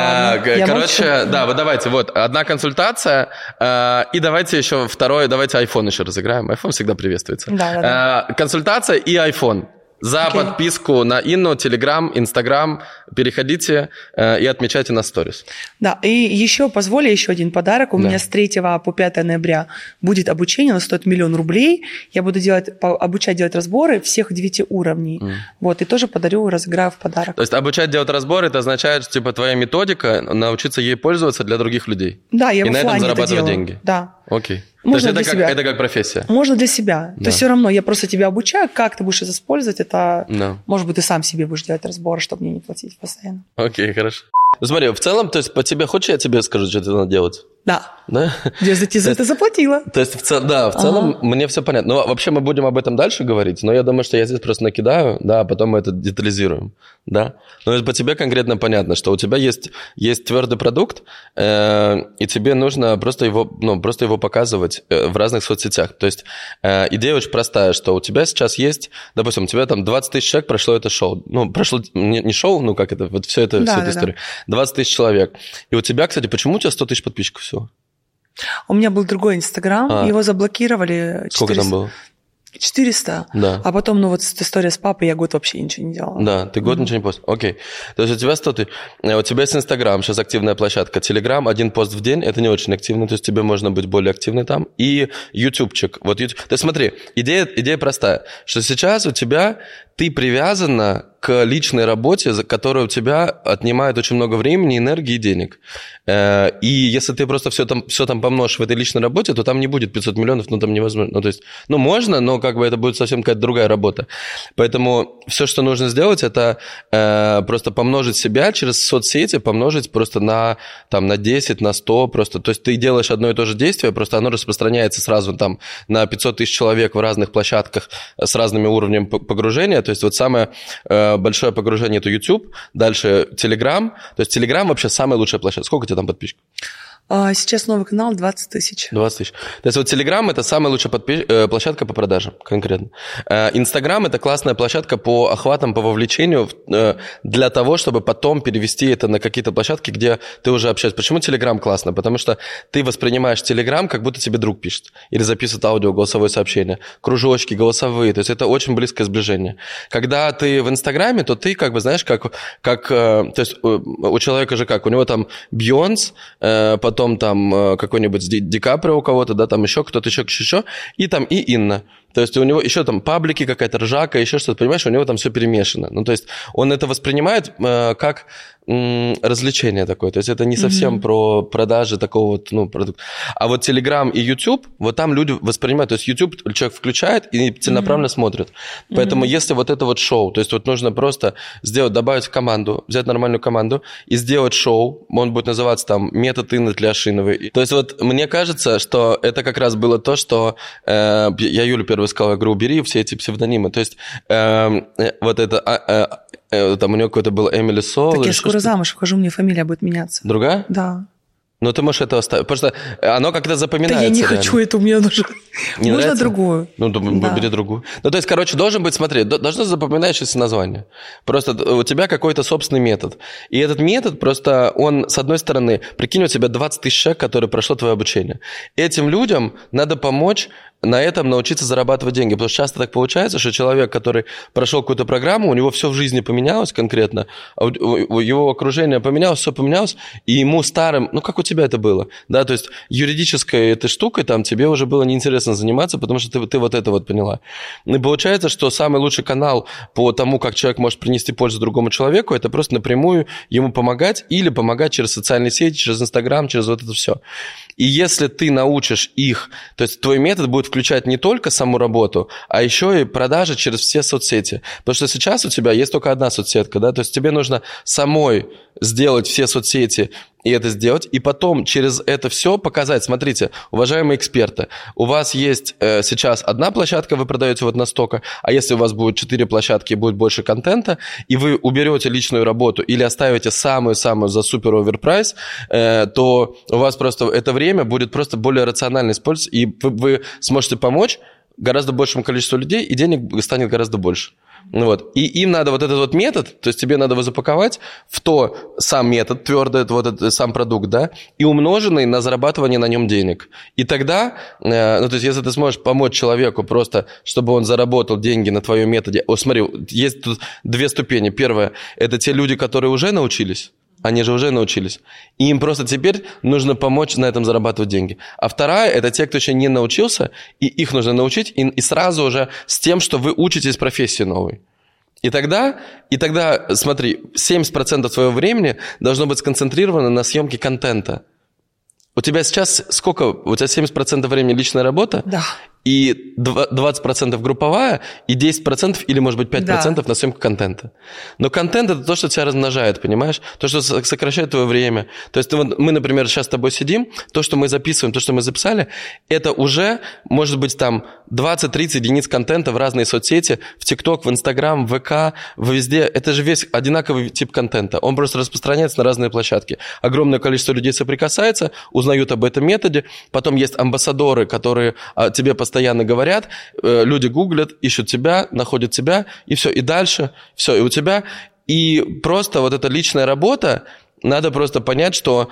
S1: Короче, да, вот давайте, вот, одна консультация, и давайте еще второе, давайте iPhone еще разыграем. iPhone всегда приветствуется.
S2: Да, да, да.
S1: Консультация и iPhone. За okay. подписку на Инну, Телеграм, Инстаграм переходите э, и отмечайте на сторис.
S2: Да, и еще позволь еще один подарок. У да. меня с третьего по пятое ноября будет обучение, оно стоит миллион рублей. Я буду делать, обучать делать разборы всех девяти уровней. Mm. Вот, и тоже подарю, разыграю в подарок.
S1: То есть обучать делать разборы, это означает, что типа твоя методика, научиться ей пользоваться для других людей.
S2: Да, я
S1: и
S2: в
S1: на этом зарабатывать
S2: это
S1: деньги.
S2: Да.
S1: Окей.
S2: Можно
S1: То есть это как, это как профессия?
S2: Можно для себя.
S1: Да.
S2: То есть все равно я просто тебя обучаю, как ты будешь это использовать. Это,
S1: да.
S2: может быть, ты сам себе будешь делать разборы, чтобы мне не платить постоянно.
S1: Окей, хорошо. Ну смотри, в целом, то есть по тебе, хочешь, я тебе скажу, что тебе надо делать?
S2: Да.
S1: Да?
S2: Я за тебя за это заплатила.
S1: То есть, в цел, да, в целом ага. мне все понятно. Но вообще мы будем об этом дальше говорить, но я думаю, что я здесь просто накидаю, да, а потом мы это детализируем, да. Но по тебе конкретно понятно, что у тебя есть, есть твердый продукт, э, и тебе нужно просто его, ну, просто его показывать в разных соцсетях. То есть э, идея очень простая, что у тебя сейчас есть, допустим, у тебя там двадцать тысяч человек прошло это шоу. Ну, прошло не, не шоу, ну, как это, вот все это,
S2: да,
S1: вся
S2: да,
S1: эта история.
S2: Да.
S1: двадцать тысяч человек. И у тебя, кстати, почему у тебя сто тысяч подписчиков всего?
S2: У меня был другой Инстаграм, а. его заблокировали. четыреста.
S1: Сколько там было?
S2: четыреста.
S1: Да.
S2: А потом, ну вот история с папой, я год вообще ничего не делала.
S1: Да, ты год mm-hmm. ничего не постил. Окей. То есть у тебя сто, ты, у тебя есть Инстаграм, сейчас активная площадка, Телеграм, один пост в день, это не очень активно, то есть тебе можно быть более активной там. И ютубчик. Вот YouTube. То есть смотри, идея, идея простая, что сейчас у тебя ты привязана к личной работе, за которая у тебя отнимает очень много времени, энергии и денег. И если ты просто все там, все там помножишь в этой личной работе, то там не будет пятьсот миллионов, ну там невозможно. Ну, то есть, ну, можно, но как бы это будет совсем какая-то другая работа. Поэтому все, что нужно сделать, это э, просто помножить себя через соцсети, помножить просто на, там, на десять, на сто просто. То есть ты делаешь одно и то же действие, просто оно распространяется сразу там на пятьсот тысяч человек в разных площадках с разными уровнями погружения. То есть вот самое э, большое погружение – это YouTube, дальше Telegram. То есть Telegram вообще самая лучшая площадка. Сколько у тебя там подписчиков?
S2: Сейчас новый канал двадцать тысяч.
S1: двадцать тысяч. То есть вот Telegram – это самая лучшая подпи... площадка по продажам конкретно. Instagram – это классная площадка по охватам, по вовлечению для того, чтобы потом перевести это на какие-то площадки, где ты уже общаешься. Почему Telegram классно? Потому что ты воспринимаешь Telegram, как будто тебе друг пишет. Или записывает аудио, голосовое сообщение. Кружочки, голосовые. То есть это очень близкое сближение. Когда ты в Инстаграме, то ты как бы, знаешь, как... как то есть у человека же как? У него там Бейонс, потом потом там какой-нибудь Ди, Ди Каприо у кого-то, да, там еще кто-то, еще, еще, и там и Инна. То есть у него еще там паблики, какая-то ржака, еще что-то, понимаешь, у него там все перемешано. Ну, то есть он это воспринимает э, как м, развлечение такое. То есть это не совсем mm-hmm. про продажи такого вот, ну, продукта. А вот Telegram и YouTube, вот там люди воспринимают. То есть YouTube человек включает и целенаправленно mm-hmm. смотрит. Поэтому mm-hmm. если вот это вот шоу, то есть вот нужно просто сделать, добавить в команду, взять нормальную команду и сделать шоу, он будет называться там «Метод Инны Тляшиновой». То есть вот мне кажется, что это как раз было то, что э, я Юлю первый сказал, я говорю, убери все эти псевдонимы. То есть э, вот это, э, э, там у нее какой-то был Эмили Сол.
S2: Так я скоро замуж выхожу, мне фамилия будет меняться.
S1: Другая?
S2: Да.
S1: Ну, ты можешь это оставить, потому что оно как-то запоминается.
S2: Да я не
S1: реально.
S2: хочу это, у меня нужно...
S1: Не
S2: Можно
S1: нравится?
S2: другую.
S1: Ну, да. Бери другую. Ну, то есть, короче, должен быть, смотри, должно запоминающееся название. Просто у тебя какой-то собственный метод. И этот метод просто, он, с одной стороны, прикинь, у тебя двадцать тысяч человек, которые прошло твое обучение. Этим людям надо помочь на этом научиться зарабатывать деньги. Потому что часто так получается, что человек, который прошел какую-то программу, у него все в жизни поменялось конкретно, его окружение поменялось, все поменялось, и ему старым, ну, как у тебя это было, да, то есть юридической этой штукой там тебе уже было неинтересно заниматься, потому что ты, ты вот это вот поняла. И получается, что самый лучший канал по тому, как человек может принести пользу другому человеку, это просто напрямую ему помогать или помогать через социальные сети, через Инстаграм, через вот это все. И если ты научишь их, то есть твой метод будет включать не только саму работу, а еще и продажи через все соцсети. Потому что сейчас у тебя есть только одна соцсетка, да, то есть тебе нужно самой сделать все соцсети и это сделать, и потом через это все показать. Смотрите, уважаемые эксперты, у вас есть э, сейчас одна площадка, вы продаете вот настолько, а если у вас будет четыре площадки и будет больше контента, и вы уберете личную работу или оставите самую-самую за супер оверпрайс, э, то у вас просто это время будет просто более рационально использоваться, и вы, вы сможете помочь гораздо большему количеству людей, и денег станет гораздо больше. Вот. И им надо вот этот вот метод, то есть тебе надо его запаковать в то сам метод, твердый, вот этот сам продукт, да, и умноженный на зарабатывание на нем денег. И тогда, э, ну, то есть если ты сможешь помочь человеку просто, чтобы он заработал деньги на твоем методе. О, смотри, есть тут две ступени. Первое – это те люди, которые уже научились. Они же уже научились. И им просто теперь нужно помочь на этом зарабатывать деньги. А вторая – это те, кто еще не научился, и их нужно научить, и, и сразу уже с тем, что вы учитесь профессии новой. И тогда, и тогда, смотри, семьдесят процентов своего времени должно быть сконцентрировано на съемке контента. У тебя сейчас сколько? У тебя семьдесят процентов времени личная работа?
S2: Да.
S1: И двадцать процентов групповая, и десять процентов или, может быть, пять процентов да. на съемку контента. Но контент – это то, что тебя размножает, понимаешь? То, что сокращает твое время. То есть мы, например, сейчас с тобой сидим, то, что мы записываем, то, что мы записали, это уже, может быть, там двадцать-тридцать единиц контента в разные соцсети, в ТикТок, в Инстаграм, в ВК, везде. Это же весь одинаковый тип контента. Он просто распространяется на разные площадки. Огромное количество людей соприкасается, узнают об этом методе. Потом есть амбассадоры, которые тебе постоянно постоянно говорят, люди гуглят, ищут тебя, находят тебя, и все, и дальше, все, и у тебя. И просто вот эта личная работа, надо просто понять, что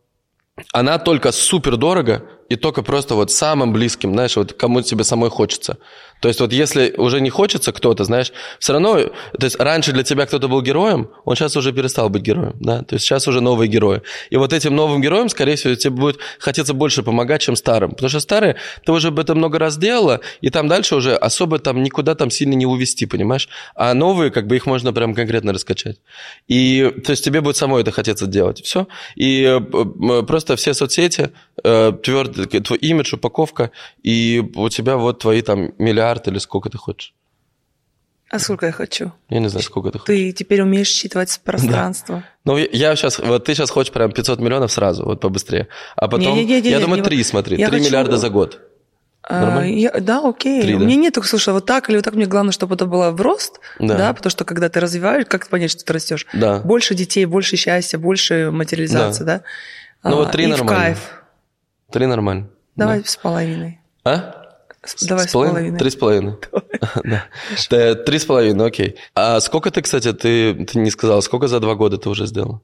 S1: она только супер дорого, и только просто вот самым близким, знаешь, вот кому тебе самой хочется. То есть вот если уже не хочется кто-то, знаешь, все равно, то есть раньше для тебя кто-то был героем, он сейчас уже перестал быть героем, да, то есть сейчас уже новые герои. И вот этим новым героям, скорее всего, тебе будет хотеться больше помогать, чем старым, потому что старые, ты уже об этом много раз делала, и там дальше уже особо там никуда там сильно не увести, понимаешь, а новые, как бы их можно прям конкретно раскачать. И, то есть тебе будет самой это хотеться делать, все. И просто все соцсети, твердый твой имидж, упаковка, и у тебя вот твои там миллиарды или сколько ты хочешь?
S2: А сколько я хочу?
S1: Я не знаю, сколько ты хочешь.
S2: Ты теперь умеешь считывать пространство. Да.
S1: Ну, я сейчас, вот ты сейчас хочешь прям пятьсот миллионов сразу, вот побыстрее. А потом, не, не, не, я не, думаю, не, три, смотри, три хочу... миллиарда за год.
S2: А, я, да, окей. три, у да? меня нет, слушай, вот так или вот так, мне главное, чтобы это было в рост, да. да, потому что когда ты развиваешь, как понять, что ты растешь?
S1: Да.
S2: Больше детей, больше счастья, больше материализации, да?
S1: да? Ну, а, вот три нормально.
S2: В кайф.
S1: Три нормально.
S2: Давай
S1: да.
S2: с половиной.
S1: А?
S2: Давай с, с половиной.
S1: Три с половиной. Три с половиной, окей. А сколько ты, кстати, ты, ты не сказала, сколько за два года ты уже сделала?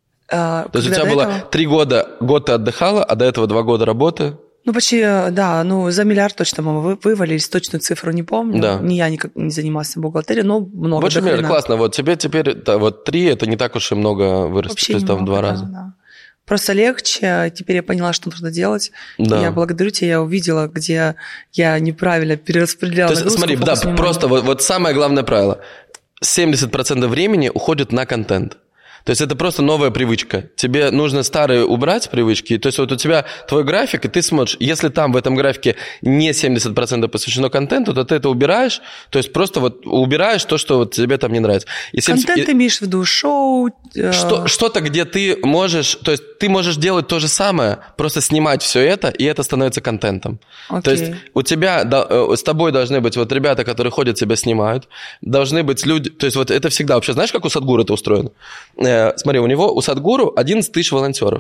S2: А,
S1: То есть у тебя было этого... три года, год ты отдыхала, а до этого два года работы?
S2: Ну, почти, да, ну, за миллиард точно мы вывалились, точную цифру не помню.
S1: Да.
S2: Не я никак не занималась бухгалтерией, но много.
S1: Больше миллиард, классно. Вот тебе теперь, да, вот три, это не так уж и много вырастет,
S2: вообще
S1: то есть там в два
S2: да,
S1: раза.
S2: Да. Просто легче, теперь я поняла, что нужно делать.
S1: Да.
S2: Я благодарю тебя, я увидела, где я неправильно перераспределяла
S1: нагрузку. Смотри, да, внимания. Просто вот, вот самое главное правило. семьдесят процентов времени уходит на контент. То есть это просто новая привычка. Тебе нужно старые убрать привычки. То есть вот у тебя твой график, и ты смотришь, если там в этом графике не семьдесят процентов посвящено контенту, то ты это убираешь. То есть просто вот убираешь то, что вот тебе там не нравится. И семьдесят...
S2: Контент имеешь в виду, шоу?
S1: Что, что-то, где ты можешь... То есть ты можешь делать то же самое, просто снимать все это, и это становится контентом.
S2: Окей.
S1: То есть у тебя, с тобой должны быть вот ребята, которые ходят, тебя снимают. Должны быть люди... То есть вот это всегда вообще... Знаешь, как у Садгуру это устроено? Смотри, у него, у Садгуру одиннадцать тысяч волонтеров.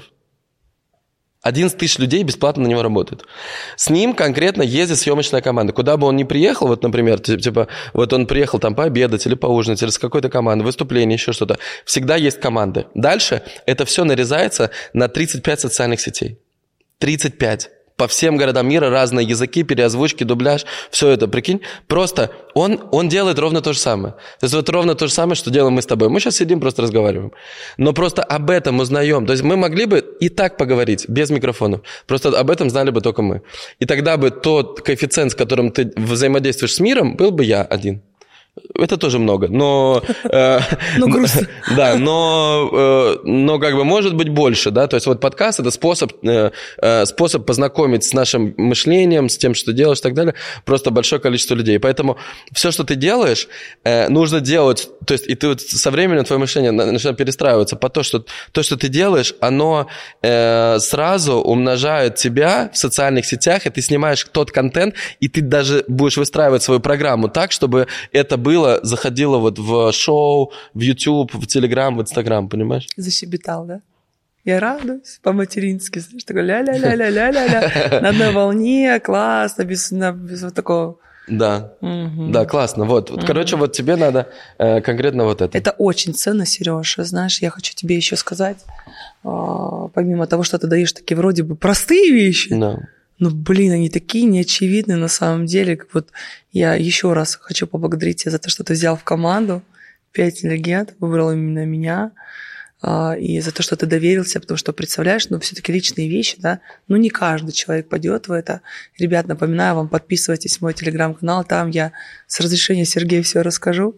S1: одиннадцать тысяч людей бесплатно на него работают. С ним конкретно ездит съемочная команда. Куда бы он ни приехал, вот, например, типа, вот он приехал там пообедать или поужинать, или с какой-то командой, выступление, еще что-то. Всегда есть команды. Дальше это все нарезается на тридцать пять социальных сетей. тридцать пять. По всем городам мира разные языки, переозвучки, дубляж, все это, прикинь. Просто он, он делает ровно то же самое. То есть вот ровно то же самое, что делаем мы с тобой. Мы сейчас сидим, просто разговариваем. Но просто об этом узнаем. То есть мы могли бы и так поговорить, без микрофонов. Просто об этом знали бы только мы. И тогда бы тот коэффициент, с которым ты взаимодействуешь с миром, был бы я один. Это тоже много, но...
S2: Ну, грустно.
S1: Да, но, но как бы может быть больше, да, то есть вот подкаст – это способ, способ познакомить с нашим мышлением, с тем, что делаешь и так далее, просто большое количество людей. Поэтому все, что ты делаешь, нужно делать, то есть и ты вот со временем твое мышление начинает перестраиваться по то, что то, что ты делаешь, оно сразу умножает тебя в социальных сетях, и ты снимаешь тот контент, и ты даже будешь выстраивать свою программу так, чтобы это было, заходило вот в шоу, в YouTube, в Telegram, в Instagram, понимаешь?
S2: Защебетал, да? Я радуюсь по-матерински, знаешь, такой ля-ля-ля-ля-ля-ля-ля, на одной волне, классно, без, без вот такого...
S1: Да, угу. Да, классно, вот. Угу. Короче, вот тебе надо э, конкретно вот это.
S2: Это очень ценно, Серёж, знаешь, я хочу тебе еще сказать, э, помимо того, что ты даешь такие вроде бы простые вещи,
S1: да.
S2: Ну, блин, они такие неочевидные на самом деле. Вот я еще раз хочу поблагодарить тебя за то, что ты взял в команду пять легенд, выбрал именно меня, и за то, что ты доверился, потому что, представляешь, ну, все-таки личные вещи, да, ну, не каждый человек пойдет в это. Ребят, напоминаю вам, подписывайтесь в мой телеграм-канал, там я с разрешения Сергея все расскажу.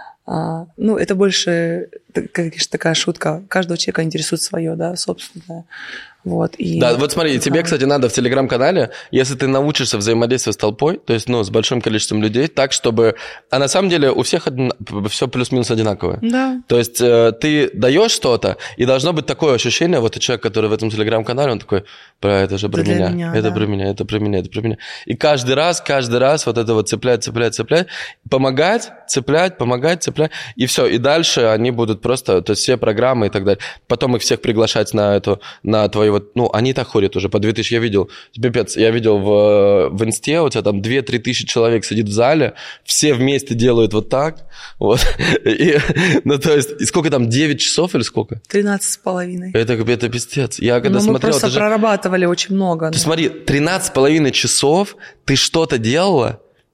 S2: Ну, это больше, конечно, такая шутка. Каждого человека интересует свое, да, собственное. Вот, и...
S1: Да, вот смотри, тебе, кстати, надо в Телеграм-канале, если ты научишься взаимодействовать с толпой, то есть, ну, с большим количеством людей, так, чтобы... А на самом деле у всех один... все плюс-минус одинаковое.
S2: Да.
S1: То есть э, ты даешь что-то, и должно быть такое ощущение, вот и человек, который в этом Телеграм-канале, он такой, про это же про
S2: это
S1: меня,
S2: меня,
S1: это
S2: да.
S1: про меня, это про меня, это про меня. И каждый раз, каждый раз вот это вот цеплять, цеплять, цеплять, помогать, цеплять, помогать, цеплять, и все. И дальше они будут просто, то есть все программы и так далее. Потом их всех приглашать на эту, на твою вот, ну, они и так ходят уже по две тысячи, я видел, пипец, я видел в, в инсте, у тебя там две-три тысячи человек сидит в зале, все вместе делают вот так, вот, и, ну, то есть, и сколько там, девять часов или сколько?
S2: тринадцать с половиной.
S1: Это, это пиздец. Я когда
S2: Но
S1: смотрел...
S2: мы просто
S1: же...
S2: прорабатывали очень много.
S1: Ты да. Смотри, тринадцать с половиной часов ты что-то делала,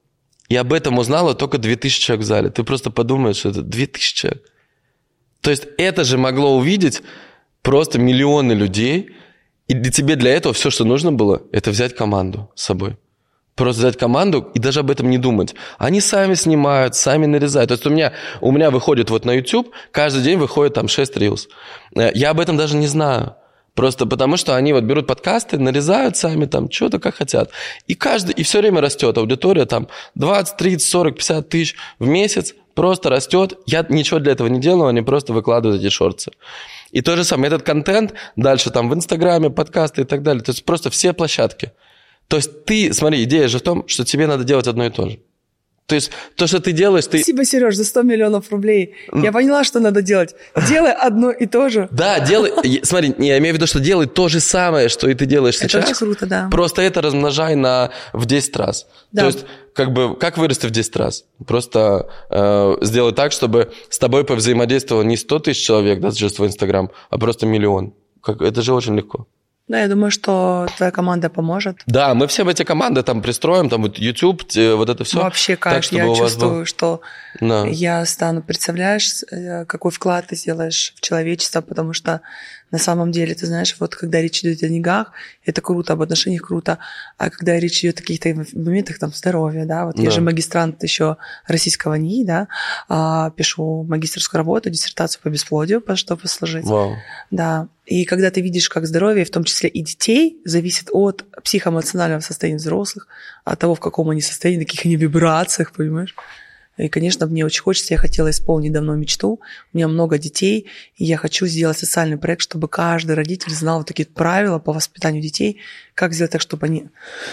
S1: И об этом узнало только две тысячи человек в зале. Ты просто подумаешь, что это две тысячи человек. То есть это же могло увидеть просто миллионы людей. И для тебе для этого все, что нужно было, это взять команду с собой. Просто взять команду и даже об этом не думать. Они сами снимают, сами нарезают. То есть у меня, у меня выходит вот на YouTube, каждый день выходит там шесть рилс. Я об этом даже не знаю. Просто потому, что они вот берут подкасты, нарезают сами там что-то как хотят. И каждый, и все время растет аудитория там двадцать, тридцать, сорок, пятьдесят тысяч в месяц. Просто растет. Я ничего для этого не делаю, они просто выкладывают эти шорты. И то же самое, этот контент дальше там в Инстаграме, подкасты и так далее. То есть просто все площадки. То есть ты, смотри, идея же в том, что тебе надо делать одно и то же. То есть то, что ты делаешь, ты...
S2: Спасибо, Сереж, за сто миллионов рублей. Я поняла, что надо делать. Делай одно и то же.
S1: Да, делай... Смотри, я имею в виду, что делай то же самое, что и ты делаешь сейчас.
S2: Это очень круто, да.
S1: Просто это размножай на... в десять раз. Да. То есть как бы как вырасти в десять раз? Просто э, сделай так, чтобы с тобой повзаимодействовало не сто тысяч человек, да, через твой Инстаграм, а просто миллион. Как... Это же очень легко.
S2: Да, я думаю, что твоя команда поможет.
S1: Да, мы все в эти команды там пристроим, там вот YouTube, вот это все.
S2: Вообще, кайф,
S1: так,
S2: я чувствую,
S1: был...
S2: что
S1: да.
S2: я стану, представляешь, какой вклад ты сделаешь в человечество, потому что на самом деле, ты знаешь, вот когда речь идет о деньгах, это круто, об отношениях круто, а когда речь идет о каких-то моментах, там, здоровья, да, вот да. Я же магистрант еще российского НИИ, да, а, пишу магистерскую работу, диссертацию по бесплодию, чтобы сложить.
S1: Вау.
S2: Да, и когда ты видишь, как здоровье, в том числе и детей, зависит от психоэмоционального состояния взрослых, от того, в каком они состоянии, на каких они вибрациях, понимаешь? И, конечно, мне очень хочется, я хотела исполнить давно мечту. У меня много детей, и я хочу сделать социальный проект, чтобы каждый родитель знал вот такие правила по воспитанию детей, как сделать так, чтобы они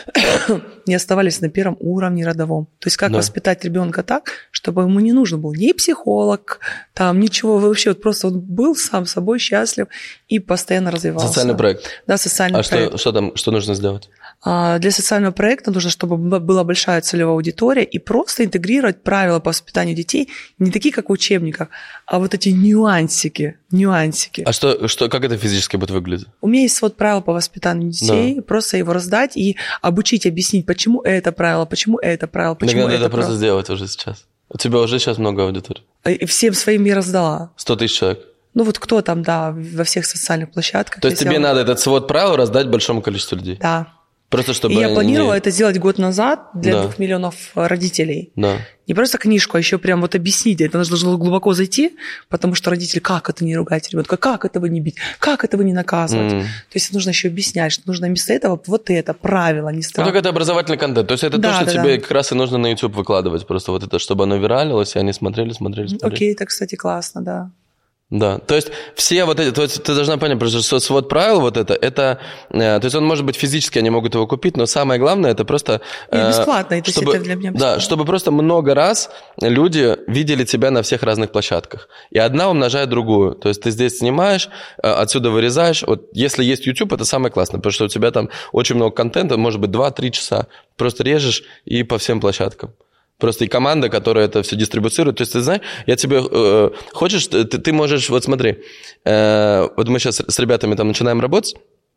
S2: не оставались на первом уровне родовом. То есть как да. воспитать ребенка так, чтобы ему не нужен был ни психолог, там ничего, вообще вот просто он был сам собой счастлив и постоянно развивался.
S1: Социальный проект.
S2: Да, социальный
S1: а
S2: проект.
S1: А что, что там, что нужно сделать?
S2: Для социального проекта нужно, чтобы была большая целевая аудитория и просто интегрировать правила по воспитанию детей, не такие, как в учебниках, а вот эти нюансики, нюансики.
S1: А что, что, как это физически будет выглядеть?
S2: У меня есть вот правило по воспитанию детей, да. Просто его раздать и обучить, объяснить, почему это правило, почему это правило, почему
S1: надо
S2: это
S1: это
S2: правило.
S1: Просто сделать уже сейчас. У тебя уже сейчас много аудитории.
S2: И всем своим я раздала.
S1: Сто тысяч человек.
S2: Ну вот кто там, да, во всех социальных площадках.
S1: То есть тебе он... надо этот свод правил раздать большому количеству людей?
S2: Да.
S1: Просто чтобы
S2: и я планировала
S1: не...
S2: это сделать год назад для
S1: да.
S2: двух миллионов родителей.
S1: Да.
S2: Не просто книжку, а еще прям вот объяснить. Это нужно глубоко зайти, потому что родители, как это не ругать ребенка, как этого не бить, как этого не наказывать. Mm. То есть нужно еще объяснять, что нужно вместо этого вот это, правило, не страх.
S1: Ну, так это образовательный контент. То есть это да, то, что да, тебе да. как раз и нужно на YouTube выкладывать. Просто вот это, чтобы оно виралилось, и они смотрели, смотрели, смотрели.
S2: Окей, это, кстати, классно, да.
S1: Да, то есть все вот эти, то есть ты должна понять, потому что свод правил вот это, это, то есть он может быть физически, они могут его купить, но самое главное это просто...
S2: И бесплатно, это
S1: чтобы,
S2: для меня бесплатно.
S1: Да, чтобы просто много раз люди видели тебя на всех разных площадках. И одна умножает другую. То есть ты здесь снимаешь, отсюда вырезаешь. Вот если есть YouTube, это самое классное, потому что у тебя там очень много контента, может быть два-три часа. Просто режешь и по всем площадкам. Просто и команда, которая это все дистрибуцирует. То есть, ты знаешь, я тебе... Э, хочешь, ты, ты можешь... Вот смотри, э, вот мы сейчас с ребятами там начинаем работать.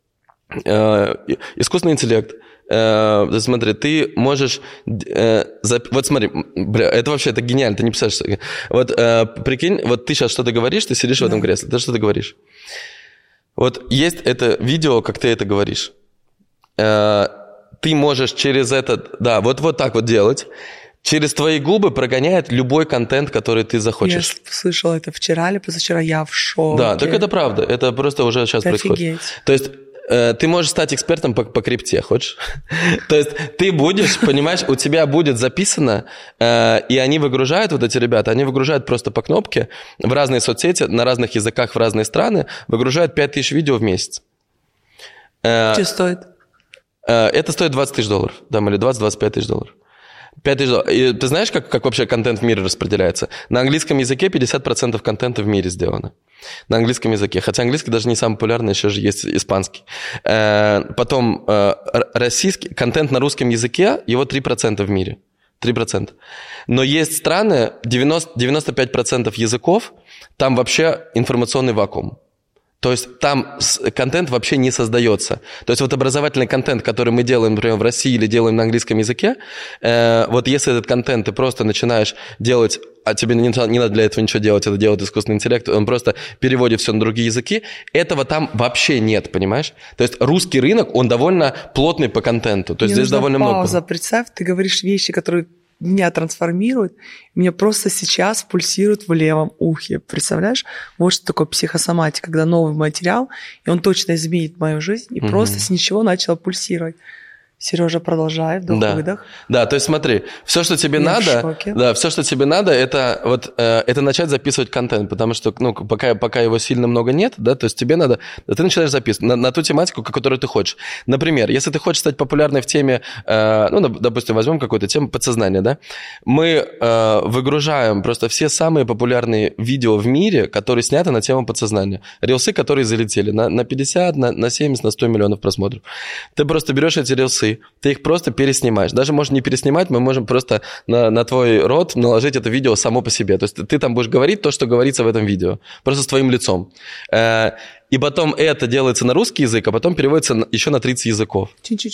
S1: Э, искусственный интеллект. Э, смотри, ты можешь... Э, зап... Вот смотри, бля, это вообще это гениально, ты не представляешь. Вот э, прикинь, вот ты сейчас что-то говоришь, ты сидишь да. в этом кресле, ты что-то говоришь. Вот есть это видео, как ты это говоришь. Э, ты можешь через этот... Да, вот, вот так вот делать. Через твои губы прогоняет любой контент, который ты захочешь.
S2: Я слышала это вчера или позавчера, я в шоке.
S1: Да, так это правда. Это просто уже сейчас
S2: это
S1: происходит.
S2: Офигеть.
S1: То есть э, ты можешь стать экспертом по, по крипте, хочешь? То есть ты будешь, понимаешь, у тебя будет записано, э, и они выгружают, вот эти ребята, они выгружают просто по кнопке в разные соцсети, на разных языках, в разные страны, выгружают пять тысяч видео в месяц.
S2: Что стоит?
S1: Э, это стоит двадцать тысяч долларов, там, или двадцать-двадцать пять тысяч долларов. пять тысяч долларов. И ты знаешь, как, как вообще контент в мире распределяется? На английском языке пятьдесят процентов контента в мире сделано. На английском языке. Хотя английский даже не самый популярный, еще же есть испанский. Потом российский контент на русском языке, его три процента в мире. три процента. Но есть страны, девяносто, девяносто пять процентов языков, там вообще информационный вакуум. То есть там контент вообще не создается. То есть вот образовательный контент, который мы делаем, например, в России или делаем на английском языке, э, вот если этот контент ты просто начинаешь делать, а тебе не, не надо для этого ничего делать, это делает искусственный интеллект, он просто переводит все на другие языки, этого там вообще нет, понимаешь? То есть русский рынок, он довольно плотный по контенту. То есть
S2: Мне
S1: здесь довольно
S2: пауза.
S1: много.
S2: Представь, ты говоришь вещи, которые меня трансформируют, меня просто сейчас пульсирует в левом ухе. Представляешь? Вот что такое психосоматика, когда новый материал, и он точно изменит мою жизнь, и угу. просто с ничего начало пульсировать. Сережа, продолжай, вдох-выдох.
S1: Да. да, то есть смотри, все, что тебе Я надо, да, все, что тебе надо, это вот э, это начать записывать контент, потому что, ну, пока, пока его сильно много нет, да, то есть тебе надо, ты начинаешь записывать на, на ту тематику, которую ты хочешь. Например, если ты хочешь стать популярной в теме, э, ну, допустим, возьмем какую-то тему подсознания, да, мы э, выгружаем просто все самые популярные видео в мире, которые сняты на тему подсознания. Рилсы, которые залетели на, на пятьдесят, на, на семьдесят, на сто миллионов просмотров. Ты просто берешь эти рилсы, ты их просто переснимаешь. Даже можешь не переснимать, мы можем просто на, на твой рот наложить это видео само по себе. То есть ты там будешь говорить то, что говорится в этом видео, просто с твоим лицом. И потом это делается на русский язык, а потом переводится еще на тридцать языков.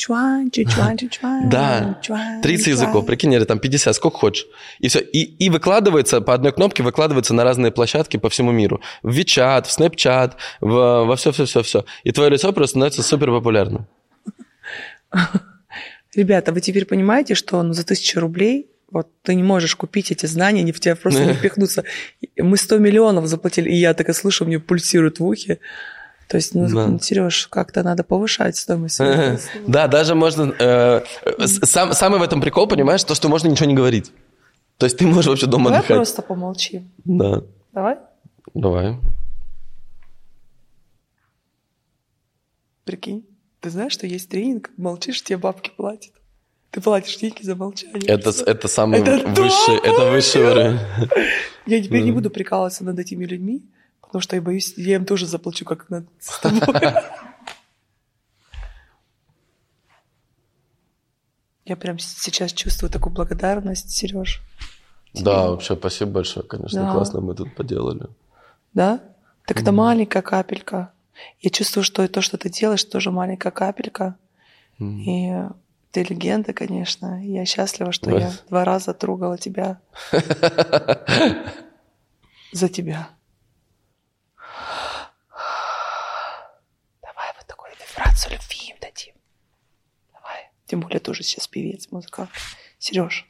S1: Да, тридцать языков, прикинь, или там пятьдесят, сколько хочешь. И все. И, и выкладывается, по одной кнопке выкладывается на разные площадки по всему миру. В WeChat, в Snapchat, в, во все-все-все-все. И твое лицо просто становится супер популярным.
S2: Ребята, вы теперь понимаете, что ну, за тысячу рублей вот ты не можешь купить эти знания, они в тебя просто не впихнутся. Мы сто миллионов заплатили, и я так и слышу, мне пульсирует в ухе. То есть, ну, да. Сереж, как-то надо повышать стоимость.
S1: Да, даже можно... Э, сам, самый в этом прикол, понимаешь, то, что можно ничего не говорить. То есть ты можешь вообще дома
S2: Давай
S1: отдыхать.
S2: Давай просто помолчим.
S1: Да.
S2: Давай?
S1: Давай.
S2: Прикинь. Ты знаешь, что есть тренинг, молчишь, тебе бабки платят. Ты платишь деньги за молчание.
S1: Это, это самый это высший, это высший уровень.
S2: Я теперь не буду прикалываться над этими людьми, потому что я боюсь, я им тоже заплачу, как над тобой. Я прям сейчас чувствую такую благодарность, Сереж.
S1: Да, вообще, спасибо большое, конечно, да. Классно мы тут поделали.
S2: Да? Так это mm. маленькая капелька. Я чувствую, что и то, что ты делаешь, тоже маленькая капелька. Mm. И ты легенда, конечно. Я счастлива, что я два раза трогала тебя. За тебя. Давай вот такую вибрацию любви им дадим. Давай. Тем более тоже сейчас певец, музыкант. Сереж,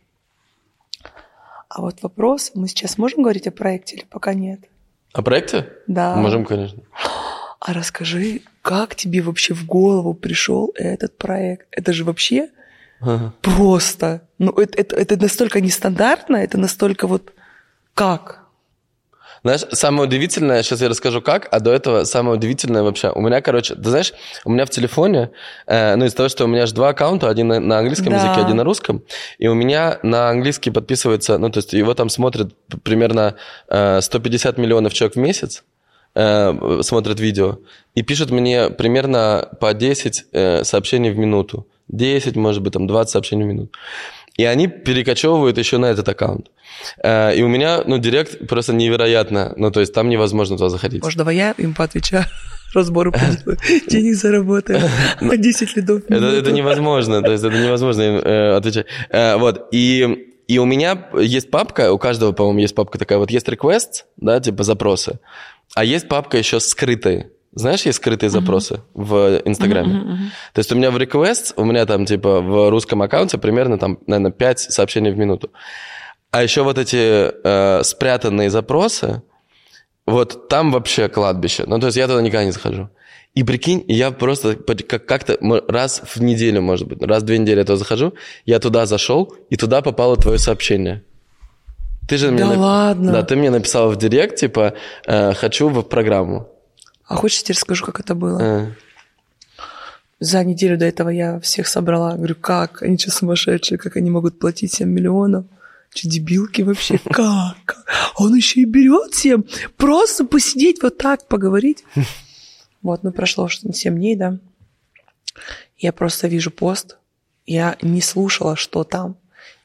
S2: а вот вопрос, мы сейчас можем говорить о проекте или пока нет?
S1: О проекте?
S2: Да.
S1: Можем, конечно.
S2: А расскажи, как тебе вообще в голову пришел этот проект? Это же вообще ага. просто... Ну, это, это, это настолько нестандартно, это настолько вот... Как?
S1: Знаешь, самое удивительное, сейчас я расскажу как, а до этого самое удивительное вообще. У меня, короче, ты знаешь, у меня в телефоне, э, ну, из-за того, что у меня же два аккаунта, один на, на английском да. языке, один на русском, и у меня на английский подписывается, ну, то есть его там смотрят примерно э, сто пятьдесят миллионов человек в месяц, э, смотрят видео, и пишут мне примерно по десять э, сообщений в минуту. десять, может быть, там двадцать сообщений в минуту. И они перекочевывают еще на этот аккаунт. И у меня, ну, директ просто невероятно. Ну, то есть там невозможно туда заходить.
S2: Может, давай я им поотвечаю, разборы поделаю, денег заработаю, а десять лидов.
S1: Это, это невозможно, то есть это невозможно им э, отвечать. Э, вот, и, и у меня есть папка, у каждого, по-моему, есть папка такая, вот есть requests, да, типа запросы, а есть папка еще скрытые. Знаешь, есть скрытые uh-huh. запросы в Инстаграме. Uh-huh, uh-huh. То есть у меня в requests, у меня там типа в русском аккаунте примерно там, наверное, пять сообщений в минуту. А еще вот эти э, спрятанные запросы, вот там вообще кладбище. Ну, то есть я туда никогда не захожу. И прикинь, я просто как-то раз в неделю, может быть, раз в две недели я туда захожу, я туда зашел, и туда попало твое сообщение. Ты же
S2: да
S1: мне
S2: ладно?
S1: Нап... Да, ты мне написала в директ, типа, э, хочу в программу.
S2: А хочешь, я тебе расскажу, как это было?
S1: А.
S2: За неделю до этого я всех собрала. Говорю, как? Они что, сумасшедшие? Как они могут платить семь миллионов? Что, дебилки вообще? Как? Он еще и берет всем. Просто посидеть вот так, поговорить. Вот, ну прошло что-то семь дней, да. Я просто вижу пост. Я не слушала, что там.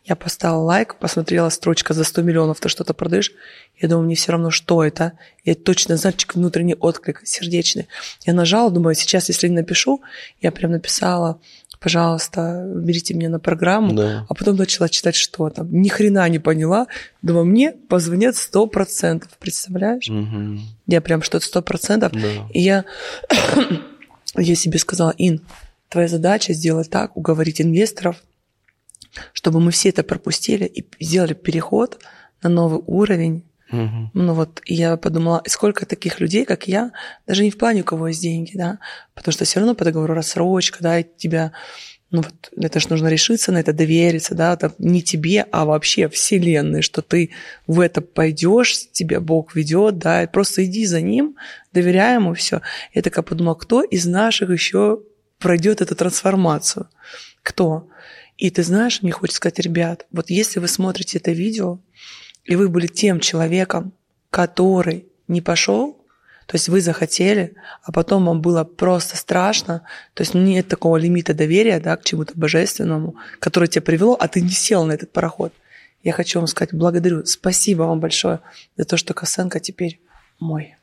S2: Я поставила лайк, посмотрела строчка за сто миллионов, ты что-то продаешь. Я думаю, мне все равно, что это. Я точно, знаете, внутренний отклик, сердечный. Я нажала, думаю, сейчас, если не напишу, я прям написала, пожалуйста, берите меня на программу. Да. А потом начала читать, что там. Ни хрена не поняла. Думаю, мне позвонят сто процентов. Представляешь? Угу. Я прям что-то сто процентов. Да. И я, я себе сказала, Ин, твоя задача сделать так, уговорить инвесторов, чтобы мы все это пропустили и сделали переход на новый уровень. Угу. Ну вот, и я подумала, сколько таких людей, как я, даже не в плане, у кого есть деньги, да, потому что все равно по договору рассрочка, да, и тебя, ну вот, это же нужно решиться на это, довериться, да, это не тебе, а вообще вселенной, что ты в это пойдешь, тебя Бог ведет, да, и просто иди за ним, доверяй ему, все. Я такая подумала, кто из наших еще пройдет эту трансформацию? Кто? И ты знаешь, мне хочется сказать, ребят, вот если вы смотрите это видео, и вы были тем человеком, который не пошел, то есть вы захотели, а потом вам было просто страшно, то есть нет такого лимита доверия, да, к чему-то божественному, которое тебя привело, а ты не сел на этот пароход. Я хочу вам сказать, благодарю, спасибо вам большое за то, что Косенко теперь мой.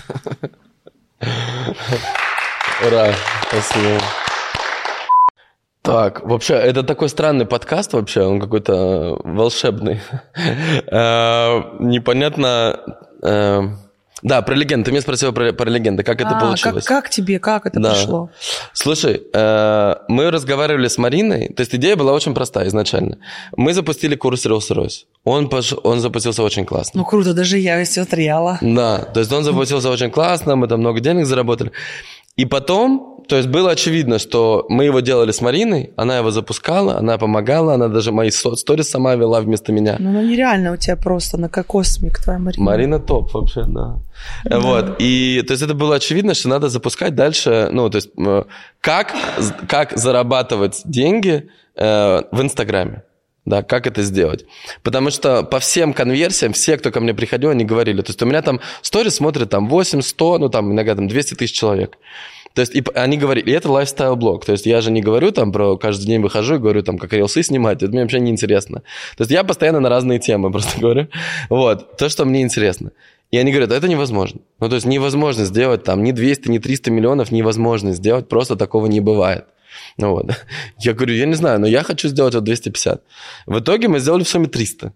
S1: Ура, спасибо. Так, вообще, это такой странный подкаст вообще, он какой-то волшебный. Непонятно... Да, про легенды. Ты меня спросила про, про легенды. Как это а, получилось?
S2: Как, как тебе, как это да. пришло?
S1: Слушай, э, мы разговаривали с Мариной. То есть идея была очень простая изначально. Мы запустили курс Rolls-Royce. Он, пош... он запустился очень классно.
S2: Ну, круто, даже я смотрела.
S1: Да, то есть он запустился очень классно, мы там много денег заработали. И потом, то есть было очевидно, что мы его делали с Мариной, она его запускала, она помогала, она даже мои сторис сама вела вместо меня.
S2: Ну, ну нереально у тебя просто на кокосмик твоя Марина.
S1: Марина топ вообще, да. да. Вот, и то есть это было очевидно, что надо запускать дальше, ну, то есть как, как зарабатывать деньги э, в Инстаграме. Да, как это сделать? Потому что по всем конверсиям, все, кто ко мне приходил, они говорили, то есть у меня там сторис смотрит там восемь, сто, ну там иногда там двести тысяч человек. То есть и они говорили, и это лайфстайл-блог, то есть я же не говорю там про каждый день выхожу и говорю там, как рилсы снимать, это мне вообще не интересно. То есть я постоянно на разные темы просто говорю, вот, то, что мне интересно. И они говорят, это невозможно. Ну то есть невозможно сделать там ни двести, ни триста миллионов, невозможно сделать, просто такого не бывает. Ну вот. Я говорю, я не знаю, но я хочу сделать вот двести пятьдесят. В итоге мы сделали в сумме триста.